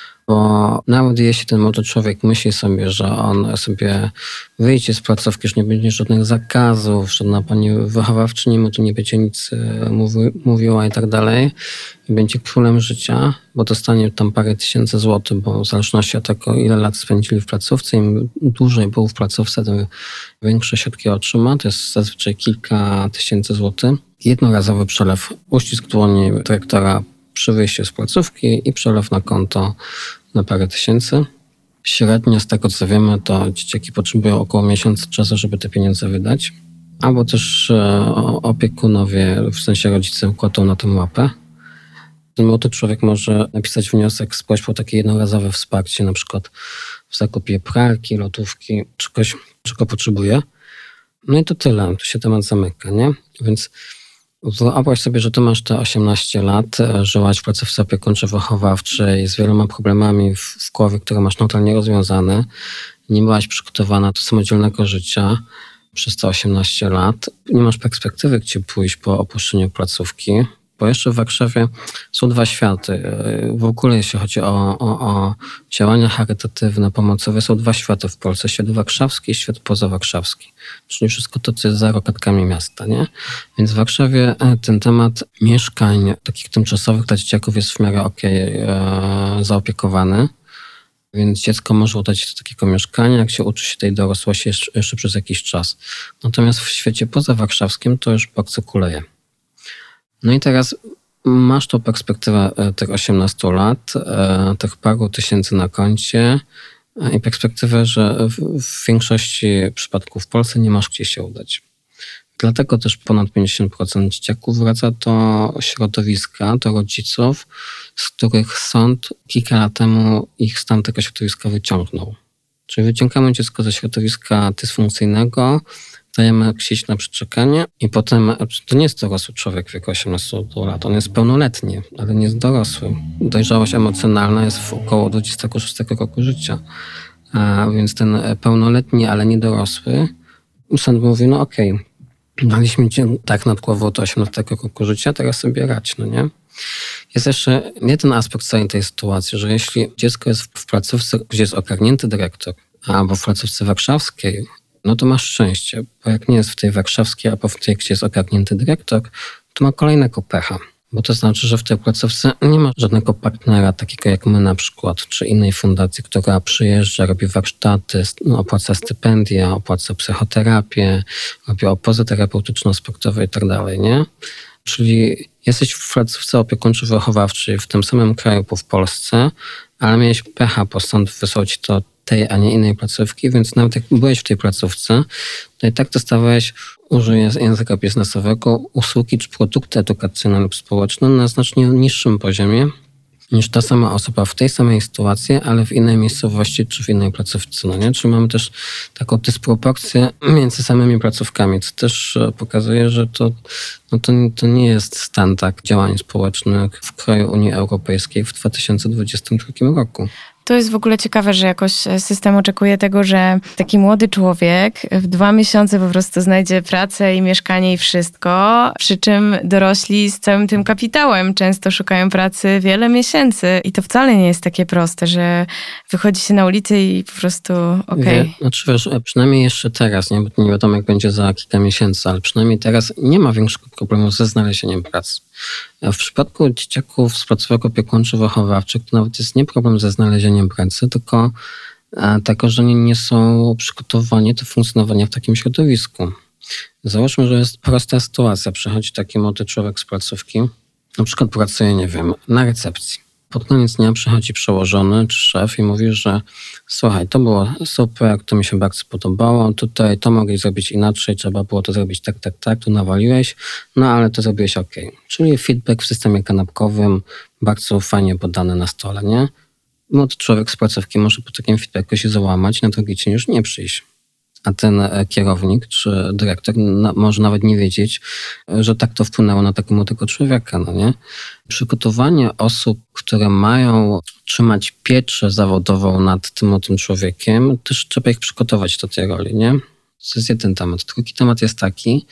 B: bo nawet jeśli ten młody człowiek myśli sobie, że on sobie wyjdzie z placówki, że nie będzie żadnych zakazów, żadna pani wychowawczyni mu tu nie będzie nic mówi, mówiła i tak dalej, i będzie królem życia, bo dostanie tam parę tysięcy złotych, bo w zależności od tego, ile lat spędzili w placówce, im dłużej był w placówce, tym większe środki otrzyma. To jest zazwyczaj kilka tysięcy złotych. Jednorazowy przelew, uścisk dłoni dyrektora przy wyjściu z placówki i przelew na konto na parę tysięcy. Średnio z tego, co wiemy, to dzieciaki potrzebują około miesiąca czasu, żeby te pieniądze wydać. Albo też opiekunowie, w sensie rodzice, kładą na tym łapę. Ten młody człowiek może napisać wniosek z prośbą o takie jednorazowe wsparcie, na przykład w zakupie pralki, lodówki, czegoś, czego potrzebuje. No i to tyle, tu się temat zamyka, nie? Więc wyobraź sobie, że ty masz te osiemnaście lat, żyłaś w placówce opiekuńczo-wychowawczej z wieloma problemami w, w głowie, które masz nadal nierozwiązane. Nie byłaś przygotowana do samodzielnego życia przez te osiemnaście lat. Nie masz perspektywy, gdzie pójść po opuszczeniu placówki, bo jeszcze w Warszawie są dwa światy. W ogóle jeśli chodzi o, o, o działania charytatywne, pomocowe, są dwa światy w Polsce. Świat warszawski i świat pozawarszawski. Czyli wszystko to, co jest za rogatkami miasta, nie? Więc w Warszawie ten temat mieszkań takich tymczasowych dla dzieciaków jest w miarę okej e, zaopiekowany. Więc dziecko może udać się do takiego mieszkania, jak się uczy się tej dorosłości jeszcze, jeszcze przez jakiś czas. Natomiast w świecie pozawarszawskim to już bardzo kuleje. No i teraz masz tą perspektywę tych osiemnastu lat, tych paru tysięcy na koncie i perspektywę, że w większości przypadków w Polsce nie masz gdzie się udać. Dlatego też ponad pięćdziesiąt procent dzieciaków wraca do środowiska, do rodziców, z których sąd kilka lat temu ich stan tego środowiska wyciągnął. Czyli wyciągamy dziecko ze środowiska dysfunkcyjnego, dajemy sieć na przeczekanie i potem to nie jest dorosły człowiek w wieku osiemnastu lat, on jest pełnoletni, ale nie jest dorosły. Dojrzałość emocjonalna jest w około dwudziestego szóstego roku życia. A więc ten pełnoletni, ale nie dorosły, sąd mówi, no okej, okay, daliśmy ci tak nad głową do osiemnastego roku życia, teraz sobie radź, no nie? Jest jeszcze jeden aspekt całej tej sytuacji, że jeśli dziecko jest w placówce, gdzie jest ogarnięty dyrektor, albo w placówce warszawskiej, no to masz szczęście, bo jak nie jest w tej warszawskiej, albo w tej, gdzie jest ogarnięty dyrektor, to ma kolejnego pecha. Bo to znaczy, że w tej placówce nie ma żadnego partnera, takiego jak my na przykład, czy innej fundacji, która przyjeżdża, robi warsztaty, no, opłaca stypendia, opłaca psychoterapię, robi obozy terapeutyczno-sportowe i tak dalej, nie? Czyli jesteś w placówce opiekuńczo-wychowawczej w tym samym kraju, bo w Polsce, ale miałeś pecha, bo sąd wysłał ci to tej, a nie innej placówki, więc nawet jak byłeś w tej placówce, to i tak dostawałeś, użyję języka biznesowego, usługi czy produkty edukacyjne lub społeczne na znacznie niższym poziomie niż ta sama osoba w tej samej sytuacji, ale w innej miejscowości czy w innej placówce. No nie? Czyli mamy też taką dysproporcję między samymi placówkami, co też pokazuje, że to, no to, to nie jest standard działań społecznych w kraju Unii Europejskiej w dwa tysiące dwudziestym drugim roku.
A: To jest w ogóle ciekawe, że jakoś system oczekuje tego, że taki młody człowiek w dwa miesiące po prostu znajdzie pracę i mieszkanie i wszystko, przy czym dorośli z całym tym kapitałem często szukają pracy wiele miesięcy i to wcale nie jest takie proste, że wychodzi się na ulicę i po prostu okej. Okay.
B: Znaczy wiesz, przynajmniej jeszcze teraz, nie, bo nie wiadomo jak będzie za kilka miesięcy, ale przynajmniej teraz nie ma większego problemu ze znalezieniem pracy. W przypadku dzieciaków z placówek opiekuńczo-wychowawczych to nawet jest nie problem ze znalezieniem pracy, tylko tego, że nie, nie są przygotowani do funkcjonowania w takim środowisku. Załóżmy, że jest prosta sytuacja. Przychodzi taki młody człowiek z placówki, na przykład pracuje, nie wiem, na recepcji. Pod koniec dnia przychodzi przełożony czy szef i mówi, że słuchaj, to było super, to mi się bardzo podobało, tutaj to mogłeś zrobić inaczej, trzeba było to zrobić tak, tak, tak, tu nawaliłeś, no ale to zrobiłeś okej. Okay. Czyli feedback w systemie kanapkowym, bardzo fajnie podany na stole, nie? No to człowiek z placówki może po takim feedbacku się załamać, na drugi dzień już nie przyjść. a ten kierownik czy dyrektor na, może nawet nie wiedzieć, że tak to wpłynęło na takiego młodego człowieka, no nie? Przygotowanie osób, które mają trzymać pieczę zawodową nad tym młodym człowiekiem, też trzeba ich przygotować do tej roli, nie? To jest jeden temat. Drugi temat jest taki,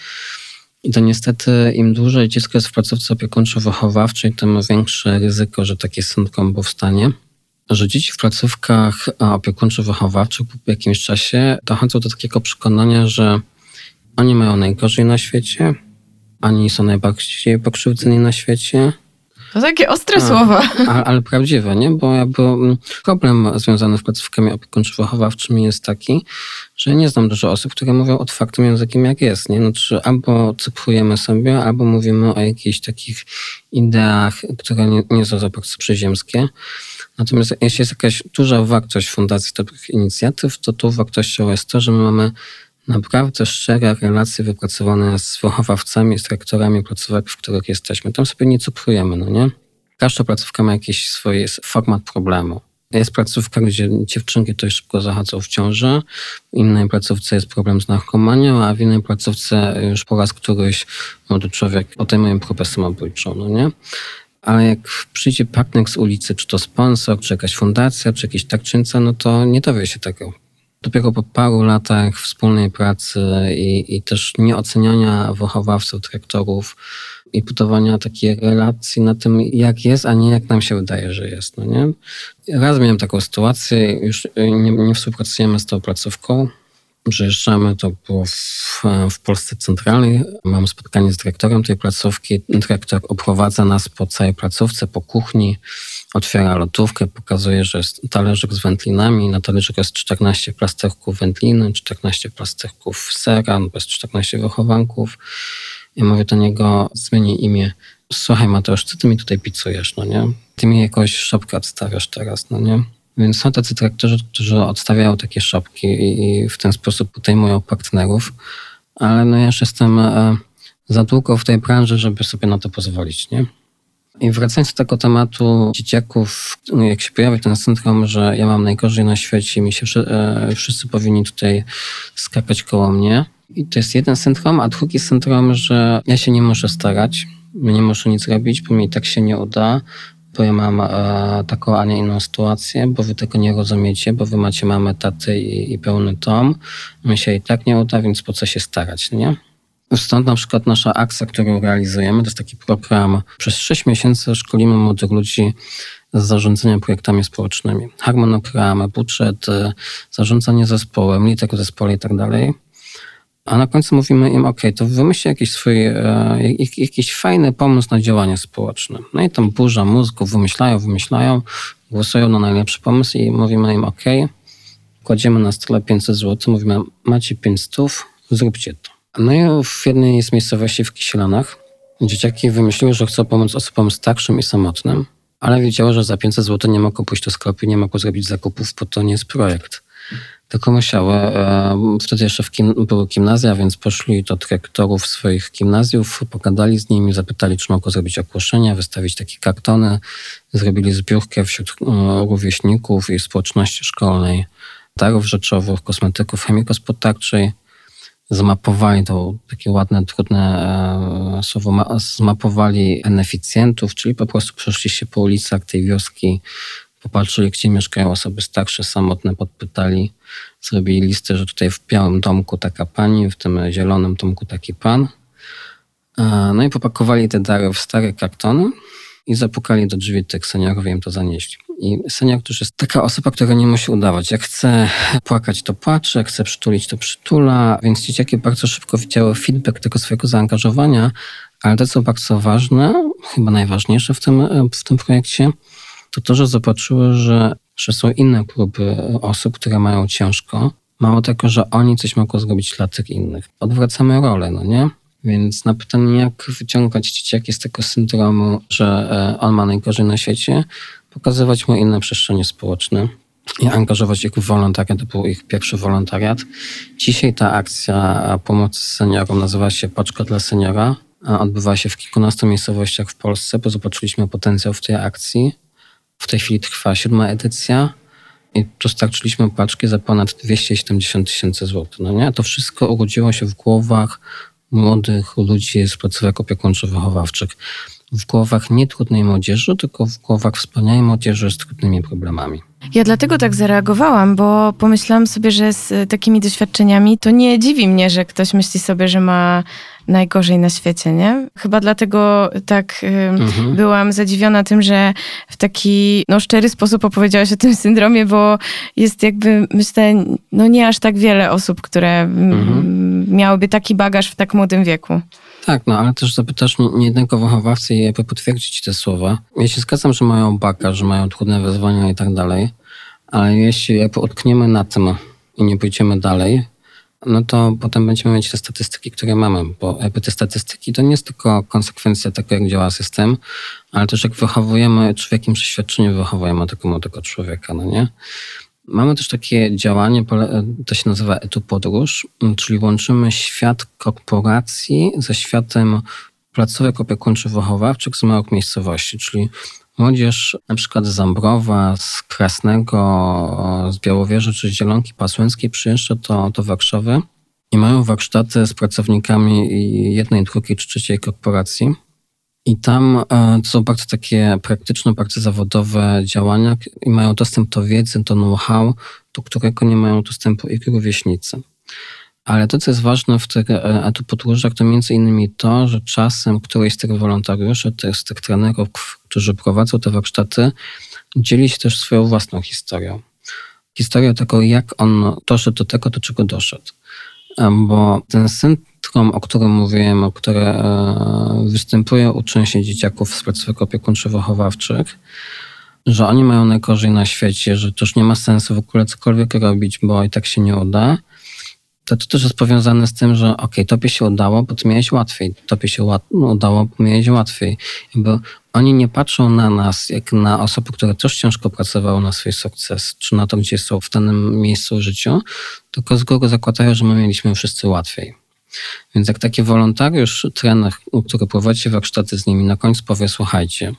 B: i to niestety im dłużej dziecko jest w placówce opiekuńczo-wychowawczej, tym większe ryzyko, że taki syndrom powstanie. Że dzieci w placówkach opiekuńczo-wychowawczych po jakimś czasie dochodzą do takiego przekonania, że oni mają najgorzej na świecie, oni są najbardziej pokrzywdzeni na świecie.
A: To takie ostre
B: A,
A: słowa.
B: Ale, ale prawdziwe, nie? Bo jakby problem związany z placówkami opiekuńczo-wychowawczymi jest taki, że nie znam dużo osób, które mówią otwartym językiem jak jest, nie? Znaczy albo cyprujemy sobie, albo mówimy o jakichś takich ideach, które nie, nie są za bardzo przyziemskie. Natomiast jeśli jest jakaś duża wartość Fundacji Dobrych Inicjatyw, to tą wartością jest to, że my mamy naprawdę szczere relacje wypracowane z wychowawcami, z dyrektorami placówek, w których jesteśmy. Tam sobie nie cukrujemy, no nie? Każda placówka ma jakiś swój format problemu. Jest placówka, gdzie dziewczynki dość szybko zachodzą w ciąży. W innej placówce jest problem z narkomanią, a w innej placówce już po raz któryś młody człowiek podejmuje próbę samobójczą, no nie? Ale jak przyjdzie partner z ulicy, czy to sponsor, czy jakaś fundacja, czy jakiś darczyńca, no to nie dowie się tego. Dopiero po paru latach wspólnej pracy i, i też nieoceniania wychowawców, dyrektorów i budowania takiej relacji na tym, jak jest, a nie jak nam się wydaje, że jest. No nie? Raz miałem taką sytuację, już nie, nie współpracujemy z tą placówką. Przyjeżdżamy, to było w, w Polsce Centralnej. Mam spotkanie z dyrektorem tej placówki. Dyrektor oprowadza nas po całej placówce, po kuchni, otwiera lodówkę, pokazuje, że jest talerzyk z wędlinami. Na talerzyku jest czternaście plasterków wędliny, czternaście plasterków sera, bez czternaście wychowanków. I mówię do niego, zmieni imię. Słuchaj Mateusz, co ty mi tutaj pizzujesz, no nie? Ty mi jakąś szopkę odstawiasz teraz, no nie? Więc są tacy dyrektorzy, którzy odstawiają takie szopki i w ten sposób podejmują partnerów, ale no ja już jestem za długo w tej branży, żeby sobie na to pozwolić, nie? I wracając do tego tematu dzieciaków, jak się pojawia ten syndrom, że ja mam najgorzej na świecie i mi się wszyscy powinni tutaj skakać koło mnie. I to jest jeden syndrom, a drugi syndrom, że ja się nie muszę starać, nie muszę nic robić, bo mi i tak się nie uda, bo ja mam e, taką, a nie inną sytuację, bo wy tego nie rozumiecie, bo wy macie mamę, tatę i, i pełny dom. Mi się i tak nie uda, więc po co się starać, nie? Stąd na przykład nasza akcja, którą realizujemy, to jest taki program. Przez sześć miesięcy szkolimy młodych ludzi z zarządzania projektami społecznymi. Harmonogramy, budżet, zarządzanie zespołem, lider w zespole i tak dalej. A na końcu mówimy im, ok, to wymyślcie jakiś swój, e, jakiś fajny pomysł na działanie społeczne. No i tam burza mózgu, wymyślają, wymyślają, głosują na najlepszy pomysł i mówimy im, ok, kładziemy na stole pięćset złotych, mówimy, macie pięćset, zróbcie to. No i w jednej z miejscowości w Kisielanach dzieciaki wymyśliły, że chcą pomóc osobom starszym i samotnym, ale wiedziały, że za pięćset złotych nie mogą pójść do sklepu, nie mogą zrobić zakupów, bo to nie jest projekt. Tylko musiały, e, wtedy jeszcze w kim, były gimnazja, więc poszli do dyrektorów swoich gimnazjów, pogadali z nimi, zapytali, czy mogą zrobić ogłoszenia, wystawić takie kartony, zrobili zbiórkę wśród e, rówieśników i społeczności szkolnej, darów rzeczowych, kosmetyków, chemii gospodarczej. Zmapowali to takie ładne, trudne e, słowo, zmapowali beneficjentów, czyli po prostu przeszli się po ulicach tej wioski, popatrzyli, gdzie mieszkają osoby starsze, samotne, podpytali, zrobili listę, że tutaj w białym domku taka pani, w tym zielonym domku taki pan. No i popakowali te dary w stare kartony i zapukali do drzwi tych seniorów i im to zanieśli. I senior to już jest taka osoba, która nie musi udawać. Jak chce płakać, to płacze, jak chce przytulić, to przytula. Więc dzieciaki bardzo szybko widziały feedback tego swojego zaangażowania, ale to, co bardzo ważne, chyba najważniejsze w tym, w tym projekcie, to to, że zobaczyły, że, że są inne grupy osób, które mają ciężko. Mało tego, że oni coś mogą zrobić dla tych innych. Odwracamy rolę, no nie? Więc na pytanie, jak wyciągać dzieciaki z tego syndromu, że on ma najgorzej na świecie, pokazywać mu inne przestrzenie społeczne i angażować ich w wolontariat. To był ich pierwszy wolontariat. Dzisiaj ta akcja pomocy seniorom nazywa się Paczka dla seniora. Odbywa się w kilkunastu miejscowościach w Polsce, bo zobaczyliśmy potencjał w tej akcji. W tej chwili trwa siódma edycja. i dostarczyliśmy paczki za ponad dwieście siedemdziesiąt tysięcy złotych. No nie? To wszystko urodziło się w głowach młodych ludzi z placówek opiekuńczo-wychowawczych. W głowach nie trudnej młodzieży, tylko w głowach wspaniałej młodzieży z trudnymi problemami.
A: Ja dlatego tak zareagowałam, bo pomyślałam sobie, że z takimi doświadczeniami to nie dziwi mnie, że ktoś myśli sobie, że ma najgorzej na świecie, nie? Chyba dlatego tak y, mhm. byłam zadziwiona tym, że w taki no, szczery sposób opowiedziałaś o tym syndromie, bo jest jakby, myślę, no nie aż tak wiele osób, które mhm. miałyby taki bagaż w tak młodym wieku.
B: Tak, no ale też zapytasz niejednego wychowawcy i jakby potwierdzi ci te słowa. Ja się zgadzam, że mają bagaż, że mają trudne wyzwania i tak dalej, ale jeśli jakby utkniemy na tym i nie pójdziemy dalej, no to potem będziemy mieć te statystyki, które mamy, bo jakby te statystyki to nie jest tylko konsekwencja tego, jak działa system, ale też jak wychowujemy, czy w jakim przeświadczeniu wychowujemy tego młodego człowieka, no nie? Mamy też takie działanie, to się nazywa EduPodróż, czyli łączymy świat korporacji ze światem placówek opiekuńczo-wychowawczych z małych miejscowości, czyli młodzież na przykład z Zambrowa, z Krasnego, z Białowieży czy z Zielonki Pasłyńskiej przyjeżdża do, do Warszawy i mają warsztaty z pracownikami jednej, drugiej czy trzeciej korporacji. I tam to są bardzo takie praktyczne, bardzo zawodowe działania i mają dostęp do wiedzy, do know-how, do którego nie mają dostępu ich rówieśnicy. Ale to, co jest ważne w tych EduPodróżach, to między innymi to, że czasem któryś z tych wolontariuszy, z tych trenerów, którzy prowadzą te warsztaty, dzieli się też swoją własną historią. Historią tego, jak on doszedł do tego, do czego doszedł. Bo ten syndrom, o którym mówiłem, który występuje u części dzieciaków z placówek opiekuńczo-wychowawczych, że oni mają najgorzej na świecie, że to już nie ma sensu w ogóle cokolwiek robić, bo i tak się nie uda, to to też jest powiązane z tym, że okej, okay, tobie się udało, bo ty miałeś łatwiej. Tobie się łat- no, udało, bo miałeś łatwiej. Jakby oni nie patrzą na nas jak na osoby, które też ciężko pracowały na swój sukces, czy na to, gdzie są w danym miejscu w życiu, tylko z góry zakładają, że my mieliśmy wszyscy łatwiej. Więc jak taki wolontariusz, trener, który prowadzi warsztaty z nimi, na końcu powie, słuchajcie,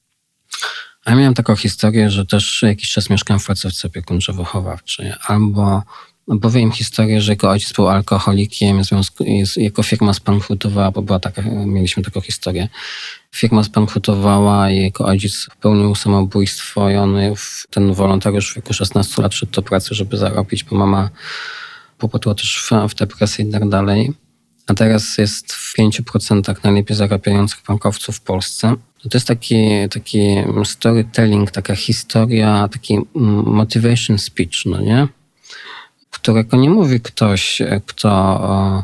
B: a ja miałem taką historię, że też jakiś czas mieszkałem w placówce opiekuńczo-wychowawczej, albo powie im historię, że jego ojciec był alkoholikiem, jego firma zbankrutowała, bo była taka, mieliśmy taką historię. Firma zbankrutowała i jego ojciec popełnił samobójstwo i on, ten wolontariusz w wieku szesnastu lat szedł do pracy, żeby zarobić, bo mama popadła też w, w depresję i tak dalej. A teraz jest w pięciu procentach najlepiej zarabiających bankowców w Polsce. To jest taki, taki storytelling, taka historia, taki motivation speech, no nie? Którego nie mówi ktoś, kto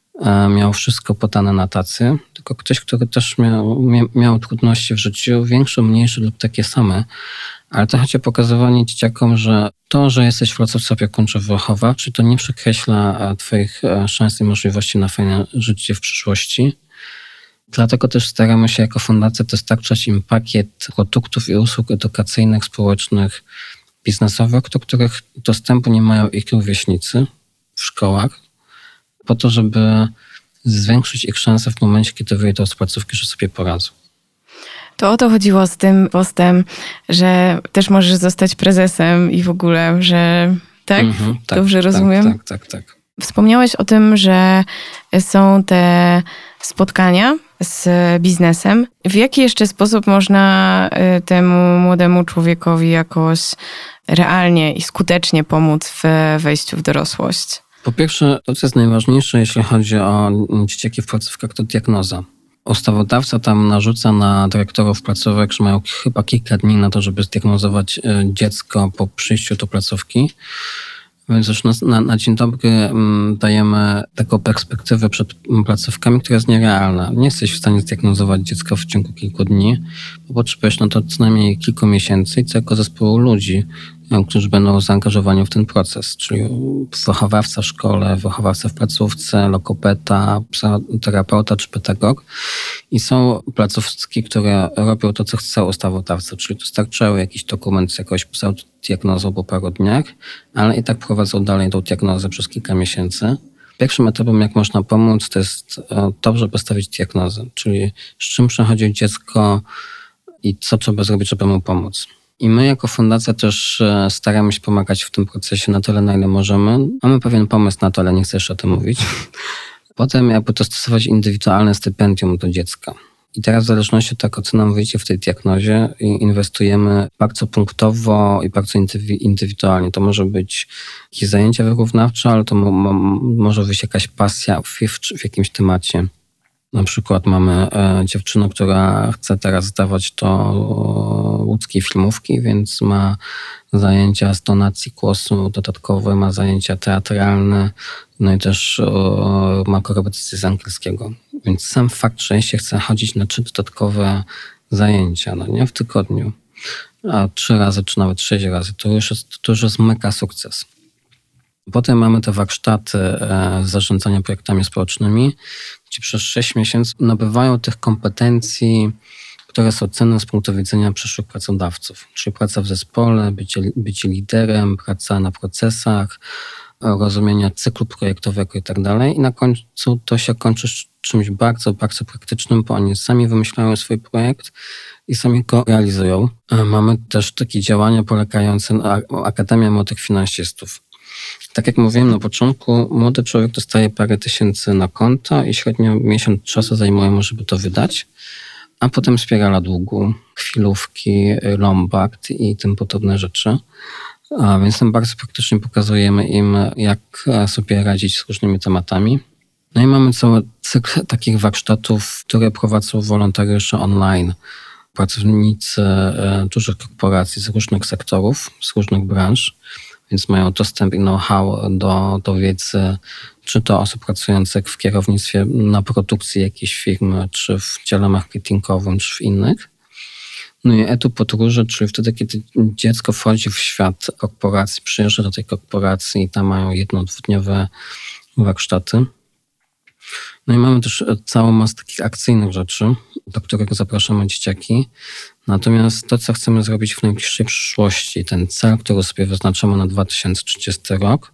B: miał wszystko podane na tacy, tylko ktoś, który też miał, miał trudności w życiu, większe, mniejsze lub takie same. Ale to chodzi o pokazywanie dzieciakom, że to, że jesteś w placówce opiekuńczo-wychowawczej, to nie przekreśla twoich szans i możliwości na fajne życie w przyszłości. Dlatego też staramy się jako fundacja dostarczać im pakiet produktów i usług edukacyjnych, społecznych, biznesowych, do których dostępu nie mają ich rówieśnicy w szkołach, po to, żeby zwiększyć ich szanse w momencie, kiedy wyjdą z placówki, że sobie poradzą.
A: To o to chodziło z tym postem, że też możesz zostać prezesem i w ogóle, że tak? Mhm, tak Dobrze rozumiem?
B: Tak, tak, tak, tak.
A: Wspomniałeś o tym, że są te spotkania z biznesem. W jaki jeszcze sposób można temu młodemu człowiekowi jakoś realnie i skutecznie pomóc w wejściu w dorosłość?
B: Po pierwsze, to co jest najważniejsze, jeśli chodzi o dzieciaki w placówkach, to diagnoza. Ustawodawca tam narzuca na dyrektorów placówek, że mają chyba kilka dni na to, żeby zdiagnozować dziecko po przyjściu do placówki. Więc już na, na, na dzień dobry dajemy taką perspektywę przed placówkami, która jest nierealna. Nie jesteś w stanie zdiagnozować dziecka w ciągu kilku dni, bo potrzebujesz na to co najmniej kilku miesięcy i całego zespołu ludzi, którzy będą zaangażowani w ten proces, czyli wychowawca w szkole, wychowawca w placówce, logopeda, terapeuta czy pedagog. I są placówki, które robią to, co chce ustawodawca, czyli dostarczają jakiś dokument z jakąś pseudodiagnozą po paru dniach, ale i tak prowadzą dalej tą diagnozę przez kilka miesięcy. Pierwszym etapem, jak można pomóc, to jest dobrze postawić diagnozę, czyli z czym przechodzi dziecko i co trzeba zrobić, żeby mu pomóc. I my jako fundacja też staramy się pomagać w tym procesie na tyle, na ile możemy. Mamy pewien pomysł na to, ale nie chcę jeszcze o tym mówić. Potem jakby to stosować indywidualne stypendium do dziecka. I teraz w zależności od tego, co nam wyjdzie w tej diagnozie, inwestujemy bardzo punktowo i bardzo indywidualnie. To może być jakieś zajęcia wyrównawcze, ale to mo- mo- może być jakaś pasja w, w jakimś temacie. Na przykład mamy e, dziewczynę, która chce teraz zdawać do łódzkiej filmówki, więc ma zajęcia z tonacji głosu dodatkowe, ma zajęcia teatralne, no i też e, ma korepetycje z angielskiego. Więc sam fakt, że jeśli chce chodzić na trzy dodatkowe zajęcia, no nie, w tygodniu, a trzy razy, czy nawet sześć razy, to już jest, to już jest mega sukces. Potem mamy te warsztaty e, zarządzania projektami społecznymi, gdzie przez sześć miesięcy nabywają tych kompetencji, które są cenne z punktu widzenia przyszłych pracodawców. Czyli praca w zespole, bycie, bycie liderem, praca na procesach, rozumienia cyklu projektowego i tak dalej. I na końcu to się kończy czymś bardzo, bardzo praktycznym, bo oni sami wymyślają swój projekt i sami go realizują. Mamy też takie działania polegające na Akademia Młodych Finansistów. Tak jak mówiłem na początku, młody człowiek dostaje parę tysięcy na konto i średnio miesiąc czasu zajmuje mu, żeby to wydać, a potem spirala długu, chwilówki, lombard i tym podobne rzeczy. A więc tam bardzo praktycznie pokazujemy im, jak sobie radzić z różnymi tematami. No i mamy cały cykl takich warsztatów, które prowadzą wolontariusze online. Pracownicy dużych korporacji z różnych sektorów, z różnych branż, więc mają dostęp i know-how do, do wiedzy, czy to osób pracujących w kierownictwie na produkcji jakiejś firmy, czy w dziale marketingowym, czy w innych. No i etu podróży, czyli wtedy, kiedy dziecko wchodzi w świat korporacji, przyjeżdża do tej korporacji i tam mają jedno-, dwudniowe warsztaty. No i mamy też całą masę takich akcyjnych rzeczy, do których zapraszamy dzieciaki. Natomiast to, co chcemy zrobić w najbliższej przyszłości, ten cel, który sobie wyznaczamy na dwa tysiące trzydziesty rok,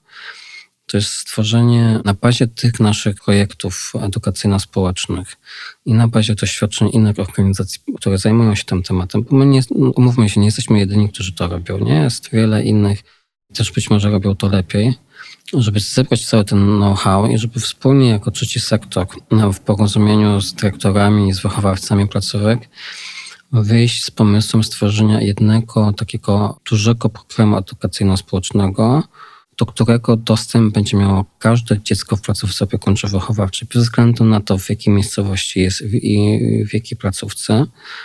B: to jest stworzenie na bazie tych naszych projektów edukacyjno-społecznych i na bazie doświadczeń innych organizacji, które zajmują się tym tematem, bo my nie, umówmy się, nie jesteśmy jedyni, którzy to robią, nie? Jest wiele innych, też być może robią to lepiej, żeby zebrać cały ten know-how i żeby wspólnie jako trzeci sektor w porozumieniu z dyrektorami i z wychowawcami placówek wyjść z pomysłem stworzenia jednego takiego dużego programu edukacyjno-społecznego, do którego dostęp będzie miało każde dziecko w placówce opiekuńczo-wychowawczej, bez względu na to, w jakiej miejscowości jest i w jakiej placówce.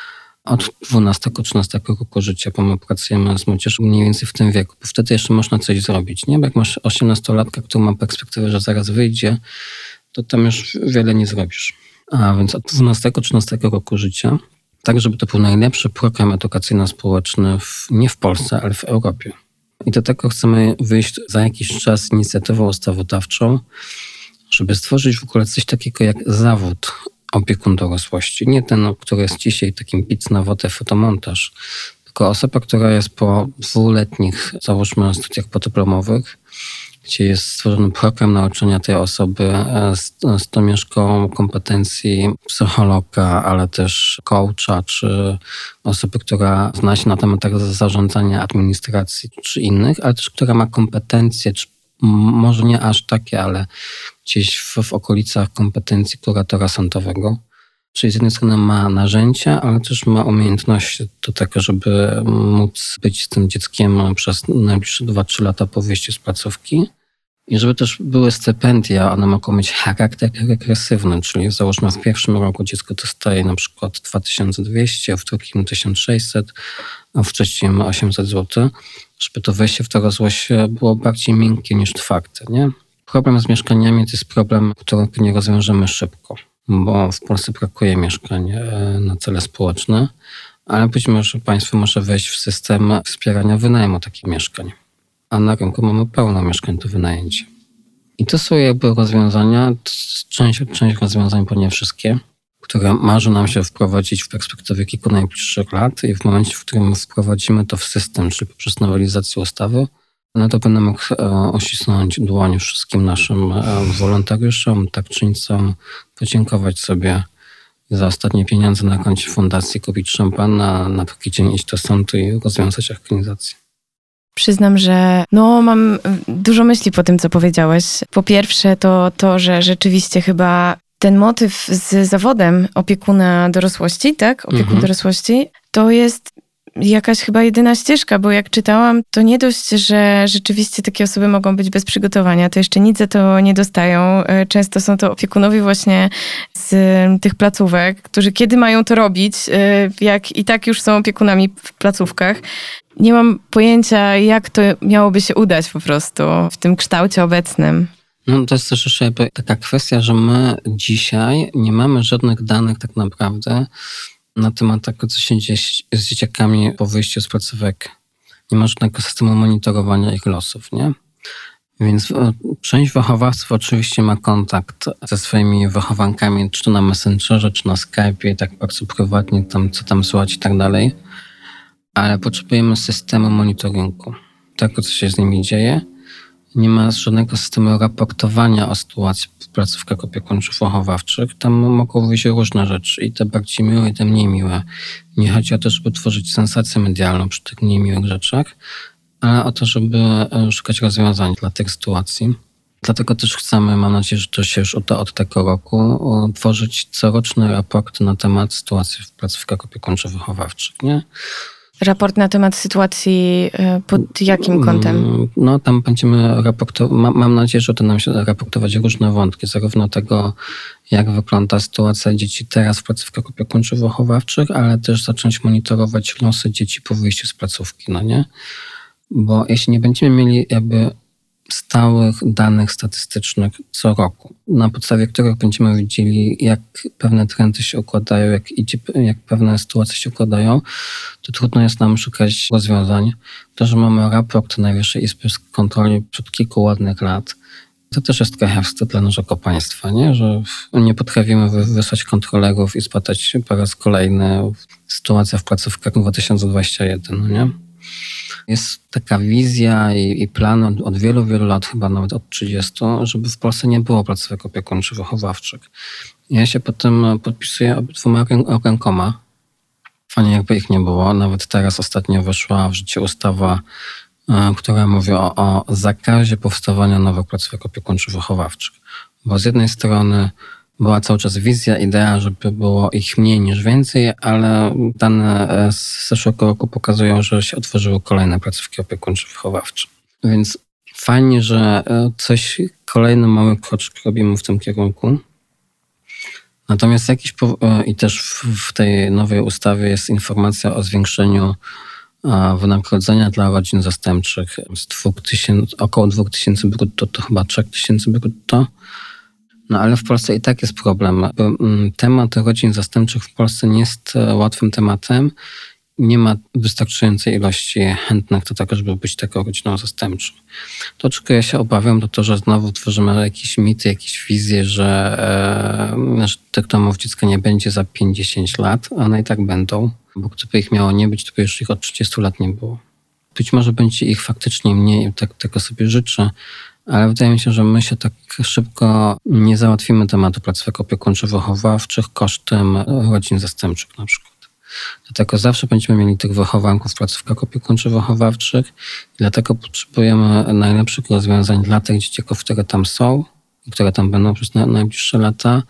B: Od dwunastego trzynastego roku życia, bo my pracujemy z młodzieżą mniej więcej w tym wieku, bo wtedy jeszcze można coś zrobić, nie? Bo jak masz osiemnastolatka, który ma perspektywę, że zaraz wyjdzie, to tam już wiele nie zrobisz. A więc od dwunastego trzynastego roku życia, tak żeby to był najlepszy program edukacyjno-społeczny w, nie w Polsce, ale w Europie. I do tego chcemy wyjść za jakiś czas z inicjatywą ustawodawczą, żeby stworzyć w ogóle coś takiego jak zawód opiekun dorosłości. Nie ten, który jest dzisiaj takim pic na wodę, fotomontaż, tylko osoba, która jest po dwuletnich, załóżmy, studiach podyplomowych, gdzie jest stworzony program nauczania tej osoby z, z domieszką kompetencji psychologa, ale też coacha, czy osoby, która zna się na tematach zarządzania, administracji, czy innych, ale też która ma kompetencje, czy może nie aż takie, ale gdzieś w, w okolicach kompetencji kuratora sądowego. Czyli z jednej strony ma narzędzia, ale też ma umiejętności do tego, żeby móc być z tym dzieckiem przez najbliższe dwa trzy lata po wyjściu z placówki. I żeby też były stypendia, one mogą mieć charakter regresywny, czyli załóżmy w pierwszym roku dziecko dostaje na przykład dwa tysiące dwieście, w drugim tysiąc sześćset, a w trzecim osiemset złotych, żeby to wejście w dorosłość było bardziej miękkie niż twarde, nie? Problem z mieszkaniami to jest problem, którego nie rozwiążemy szybko, bo w Polsce brakuje mieszkań na cele społeczne, ale być może państwo może wejść w system wspierania wynajmu takich mieszkań. A na rynku mamy pełno mieszkań do wynajęcia. I to są jakby rozwiązania, część, część rozwiązań, bo nie wszystkie, które marzy nam się wprowadzić w perspektywie kilku najbliższych lat i w momencie, w którym wprowadzimy to w system, czyli poprzez nowelizację ustawy, no to będę mógł uścisnąć dłoń wszystkim naszym wolontariuszom, tarczyńcom, podziękować sobie za ostatnie pieniądze na koncie fundacji kupić szampana, na drugi dzień iść do sądu i rozwiązać organizację.
A: Przyznam, że no mam dużo myśli po tym, co powiedziałeś. Po pierwsze to to, że rzeczywiście chyba ten motyw z zawodem opiekuna dorosłości, tak? Opiekun mhm. dorosłości, to jest jakaś chyba jedyna ścieżka, bo jak czytałam, to nie dość, że rzeczywiście takie osoby mogą być bez przygotowania, to jeszcze nic za to nie dostają. Często są to opiekunowie właśnie z tych placówek, którzy kiedy mają to robić, jak i tak już są opiekunami w placówkach. Nie mam pojęcia, jak to miałoby się udać po prostu w tym kształcie obecnym.
B: No to jest też jeszcze taka kwestia, że my dzisiaj nie mamy żadnych danych tak naprawdę na temat tego, co się dzieje z dzieciakami po wyjściu z placówek. Nie ma żadnego systemu monitorowania ich losów, nie? Więc część wychowawców oczywiście ma kontakt ze swoimi wychowankami, czy to na Messengerze, czy na Skype'ie, tak bardzo prywatnie, tam, co tam słychać i tak dalej. Ale potrzebujemy systemu monitoringu tego, co się z nimi dzieje. Nie ma żadnego systemu raportowania o sytuacji w placówkach opiekuńczo-wychowawczych. Tam mogą wyjść różne rzeczy, i te bardziej miłe, i te mniej miłe. Nie chodzi o to, żeby tworzyć sensację medialną przy tych mniej miłych rzeczach, ale o to, żeby szukać rozwiązań dla tych sytuacji. Dlatego też chcemy, mam nadzieję, że to się już uda od tego roku, tworzyć coroczne raporty na temat sytuacji w placówkach opiekuńczo-wychowawczych, nie?
A: Raport na temat sytuacji pod jakim kątem?
B: No tam będziemy raportować, mam, mam nadzieję, że uda nam się raportować różne wątki, zarówno tego, jak wygląda sytuacja dzieci teraz w placówkach opiekuńczo-wychowawczych, ale też zacząć monitorować losy dzieci po wyjściu z placówki, no nie? Bo jeśli nie będziemy mieli jakby stałych danych statystycznych co roku, na podstawie których będziemy widzieli, jak pewne trendy się układają, jak, idzie, jak pewne sytuacje się układają, to trudno jest nam szukać rozwiązań. To, że mamy raport Najwyższej Izby Kontroli przed kilku ładnych lat, to też jest trochę wstyd dla naszego państwa, nie? Że nie potrafimy wysłać kontrolerów i zbadać po raz kolejny sytuację w placówkach dwa tysiące dwudziestym pierwszym, no nie? Jest taka wizja i, i plan od, od wielu, wielu lat, chyba nawet od trzydziestu, żeby w Polsce nie było placówek opiekuńczo-wychowawczych. Ja się pod tym podpisuję obydwoma rękoma. Fajnie jakby ich nie było. Nawet teraz ostatnio weszła w życie ustawa, y, która mówi o, o zakazie powstawania nowych placówek opiekuńczo-wychowawczych. Bo z jednej strony była cały czas wizja, idea, żeby było ich mniej niż więcej, ale dane z zeszłego roku pokazują, że się otworzyły kolejne placówki opiekuńczo-wychowawcze. Więc fajnie, że coś, kolejny mały kroczek robimy w tym kierunku. Natomiast jakiś, i też w tej nowej ustawie jest informacja o zwiększeniu wynagrodzenia dla rodzin zastępczych z dwóch tysięcy, około dwóch tysięcy brutto do chyba trzech tysięcy brutto. No ale w Polsce i tak jest problem. Temat rodzin zastępczych w Polsce nie jest łatwym tematem. Nie ma wystarczającej ilości chętnych do tego, żeby być taką rodziną zastępczą. To, czego ja się obawiam, to to, że znowu tworzymy jakieś mity, jakieś wizje, że, e, że tych domów dziecka nie będzie za pięć do dziesięciu lat, a one i tak będą. Bo gdyby ich miało nie być, to by już ich od trzydziestu lat nie było. Być może będzie ich faktycznie mniej, tak tego sobie życzę, ale wydaje mi się, że my się tak szybko nie załatwimy tematu placówek opiekuńczo-wychowawczych kosztem rodzin zastępczych na przykład. Dlatego zawsze będziemy mieli tych wychowanków w placówkach opiekuńczo-wychowawczych i dlatego potrzebujemy najlepszych rozwiązań dla tych dzieciaków, które tam są i które tam będą przez najbliższe lata.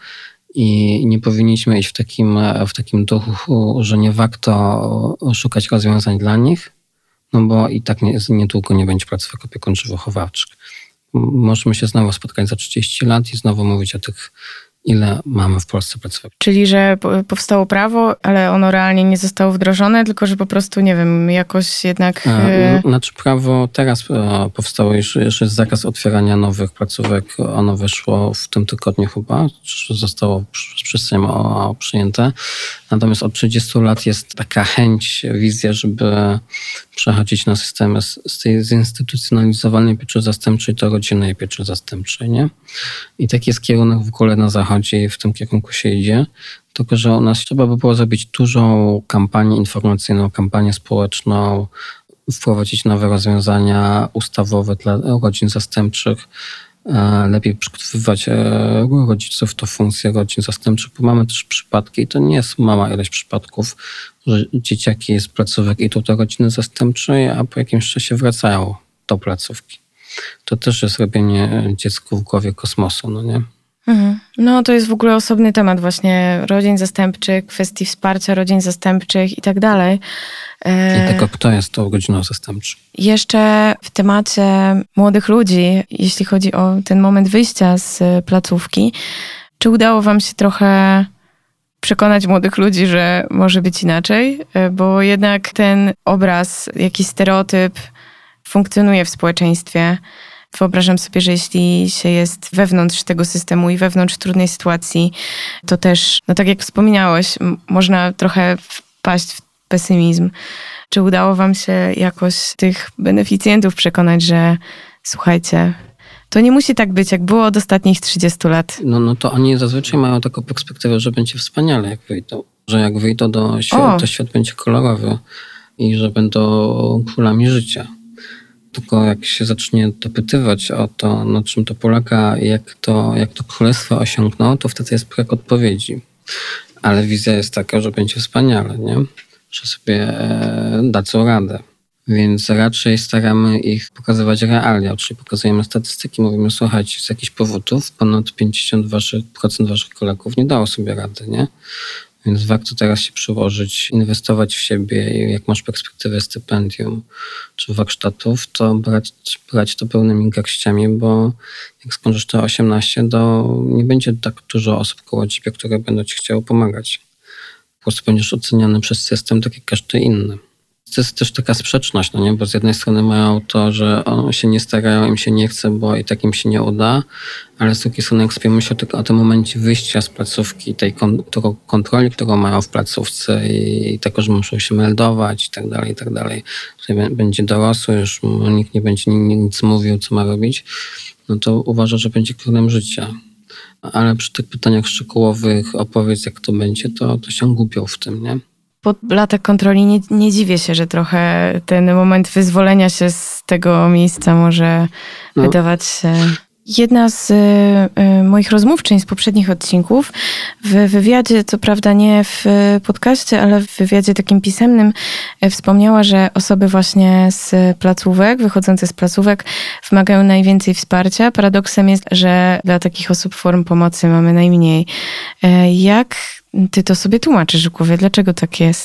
B: I nie powinniśmy iść w takim, w takim duchu, że nie warto szukać rozwiązań dla nich, no bo i tak nie, niedługo nie będzie placówek opiekuńczo-wychowawczych. Możemy się znowu spotkać za trzydzieści lat i znowu mówić o tych, ile mamy w Polsce placówek.
A: Czyli, że powstało prawo, ale ono realnie nie zostało wdrożone, tylko że po prostu, nie wiem, jakoś jednak...
B: E, znaczy prawo teraz e, powstało, już, już jest zakaz otwierania nowych placówek. Ono weszło w tym tygodniu chyba, zostało przez Sejm przyjęte. Natomiast od trzydziestu lat jest taka chęć, wizja, żeby przechodzić na systemy z, z tej zinstytucjonalizowanej pieczy zastępczej do rodzinnej pieczy zastępczej, nie? I taki jest kierunek w ogóle na zachodzie i w tym kierunku się idzie. Tylko że u nas trzeba by było zrobić dużą kampanię informacyjną, kampanię społeczną, wprowadzić nowe rozwiązania ustawowe dla rodzin zastępczych, lepiej przygotowywać rodziców do funkcji rodzin zastępczych, bo mamy też przypadki, i to nie jest mała ilość przypadków, że dzieciaki z placówek idą do rodziny zastępczej, a po jakimś czasie wracają do placówki. To też jest robienie dziecku w głowie kosmosu, no nie?
A: Mhm. No to jest w ogóle osobny temat właśnie rodzin zastępczych, kwestii wsparcia rodzin zastępczych i tak dalej.
B: I tego, kto jest tą rodziną zastępczą.
A: Jeszcze w temacie młodych ludzi, jeśli chodzi o ten moment wyjścia z placówki, czy udało wam się trochę przekonać młodych ludzi, że może być inaczej? Bo jednak ten obraz, jakiś stereotyp funkcjonuje w społeczeństwie. Wyobrażam sobie, że jeśli się jest wewnątrz tego systemu i wewnątrz trudnej sytuacji, to też, no tak jak wspominałeś, m- można trochę wpaść w pesymizm. Czy udało wam się jakoś tych beneficjentów przekonać, że słuchajcie, to nie musi tak być, jak było od ostatnich trzydziestu lat?
B: No, no to oni zazwyczaj mają taką perspektywę, że będzie wspaniale, jak wyjdą. Że jak wyjdą do świata, to świat będzie kolorowy i że będą królami życia. Tylko jak się zacznie dopytywać o to, na czym to polega, jak to, jak to królestwo osiągną, to wtedy jest brak odpowiedzi. Ale wizja jest taka, że będzie wspaniale, nie? Że sobie e, dadzą radę. Więc raczej staramy ich pokazywać realia, czyli pokazujemy statystyki, mówimy, słuchajcie, z jakichś powodów ponad pięćdziesiąt procent waszych kolegów nie dało sobie rady, nie? Więc warto teraz się przyłożyć, inwestować w siebie i jak masz perspektywę stypendium czy warsztatów, to brać, brać to pełnymi garściami, bo jak skończysz to osiemnaście, to nie będzie tak dużo osób koło ciebie, które będą ci chciały pomagać. Po prostu będziesz oceniany przez system tak jak każdy inny. To jest też taka sprzeczność, no nie? Bo z jednej strony mają to, że oni się nie starają, im się nie chce, bo i tak im się nie uda, ale z drugiej strony jak sobie myślą tylko o tym momencie wyjścia z placówki, tej kon- kontroli, którą mają w placówce i, i tego, że muszą się meldować i tak dalej, i tak dalej. Że będzie dorosły, już nikt nie będzie nic mówił, co ma robić, no to uważa, że będzie królem życia. Ale przy tych pytaniach szczegółowych opowiedz, jak to będzie, to, to się gubią w tym, nie?
A: Po latach kontroli nie, nie dziwię się, że trochę ten moment wyzwolenia się z tego miejsca może no. wydawać się... Jedna z y, y, moich rozmówczyń z poprzednich odcinków w wywiadzie, co prawda nie w podcaście, ale w wywiadzie takim pisemnym y, wspomniała, że osoby właśnie z placówek, wychodzące z placówek wymagają najwięcej wsparcia. Paradoksem jest, że dla takich osób form pomocy mamy najmniej. Y, jak ty to sobie tłumaczysz w głowie? Dlaczego tak jest?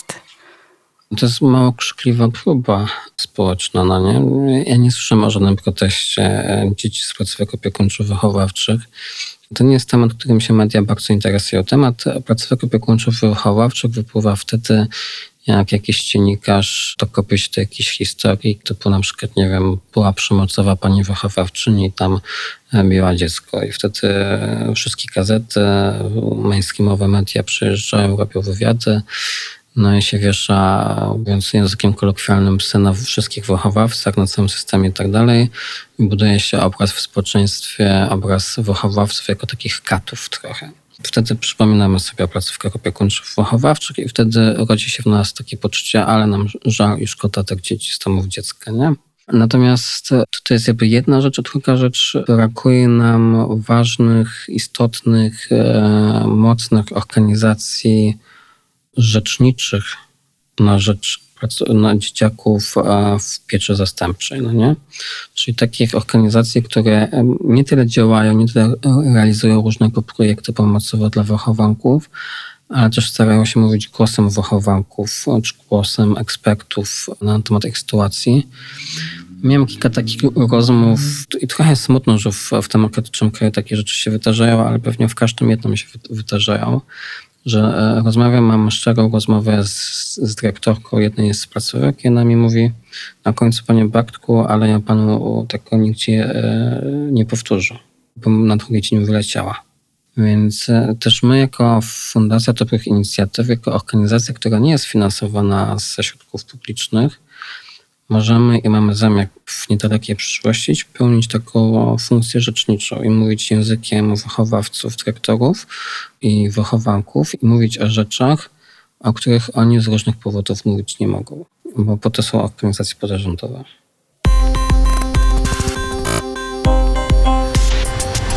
B: To jest mało krzykliwa próba społeczna, no nie? Ja nie słyszałem o żadnym proteście dzieci z placówek opiekuńczo-wychowawczych. To nie jest temat, którym się media bardzo interesują. Temat placówek opiekuńczo-wychowawczych wypływa wtedy, jak jakiś dziennikarz dokopie się do jakiejś historii, typu na przykład, nie wiem, była przemocowa pani wychowawczyni i tam biła dziecko. I wtedy wszystkie gazety, mainstreamowe media przyjeżdżają, robią wywiady, no i się wiesza, mówiąc językiem kolokwialnym, psy na wszystkich wychowawcach, na całym systemie i tak dalej. I buduje się obraz w społeczeństwie, obraz wychowawców jako takich katów trochę. Wtedy przypominamy sobie o placówkach opiekuńczo-wychowawczych i wtedy rodzi się w nas takie poczucie, ale nam żal i szkoda tak dzieci z domów dziecka, nie? Natomiast to jest jakby jedna rzecz, a druga rzecz, brakuje nam ważnych, istotnych, e, mocnych organizacji rzeczniczych na rzecz na dzieciaków w pieczy zastępczej, no nie? Czyli takich organizacji, które nie tyle działają, nie tyle realizują różnego projekty pomocowe dla wychowanków, ale też starają się mówić głosem wychowanków, czy głosem ekspertów na temat ich sytuacji. Miałem kilka takich rozmów i trochę smutno, że w, w demokratycznym kraju takie rzeczy się wydarzają, ale pewnie w każdym jednym się wydarzają. Że rozmawiam, mam szczerą rozmowę z, z dyrektorką jednej z placówek i ona mi mówi na końcu: panie Bartku, ale ja panu tego nigdzie e, nie powtórzę, bo na drugi dzień wyleciała. Więc e, też my jako Fundacja Dobrych Inicjatyw, jako organizacja, która nie jest finansowana ze środków publicznych, możemy i mamy zamiar w niedalekiej przyszłości pełnić taką funkcję rzeczniczą i mówić językiem wychowawców, dyrektorów i wychowanków i mówić o rzeczach, o których oni z różnych powodów mówić nie mogą, bo po to są organizacje pozarządowe.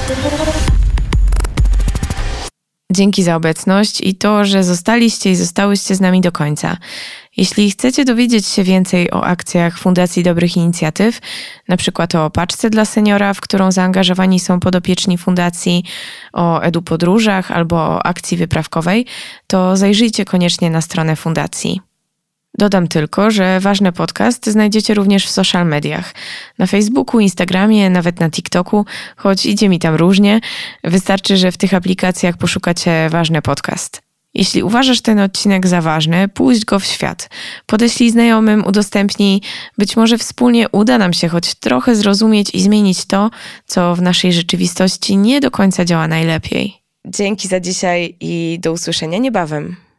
A: Dzięki za obecność i to, że zostaliście i zostałyście z nami do końca. Jeśli chcecie dowiedzieć się więcej o akcjach Fundacji Dobrych Inicjatyw, na przykład o paczce dla seniora, w którą zaangażowani są podopieczni fundacji, o edupodróżach albo o akcji wyprawkowej, to zajrzyjcie koniecznie na stronę fundacji. Dodam tylko, że ważny podcast znajdziecie również w social mediach. Na Facebooku, Instagramie, nawet na TikToku, choć idzie mi tam różnie. Wystarczy, że w tych aplikacjach poszukacie ważny podcast. Jeśli uważasz ten odcinek za ważny, puść go w świat. Podeślij znajomym, udostępnij. Być może wspólnie uda nam się choć trochę zrozumieć i zmienić to, co w naszej rzeczywistości nie do końca działa najlepiej. Dzięki za dzisiaj i do usłyszenia niebawem.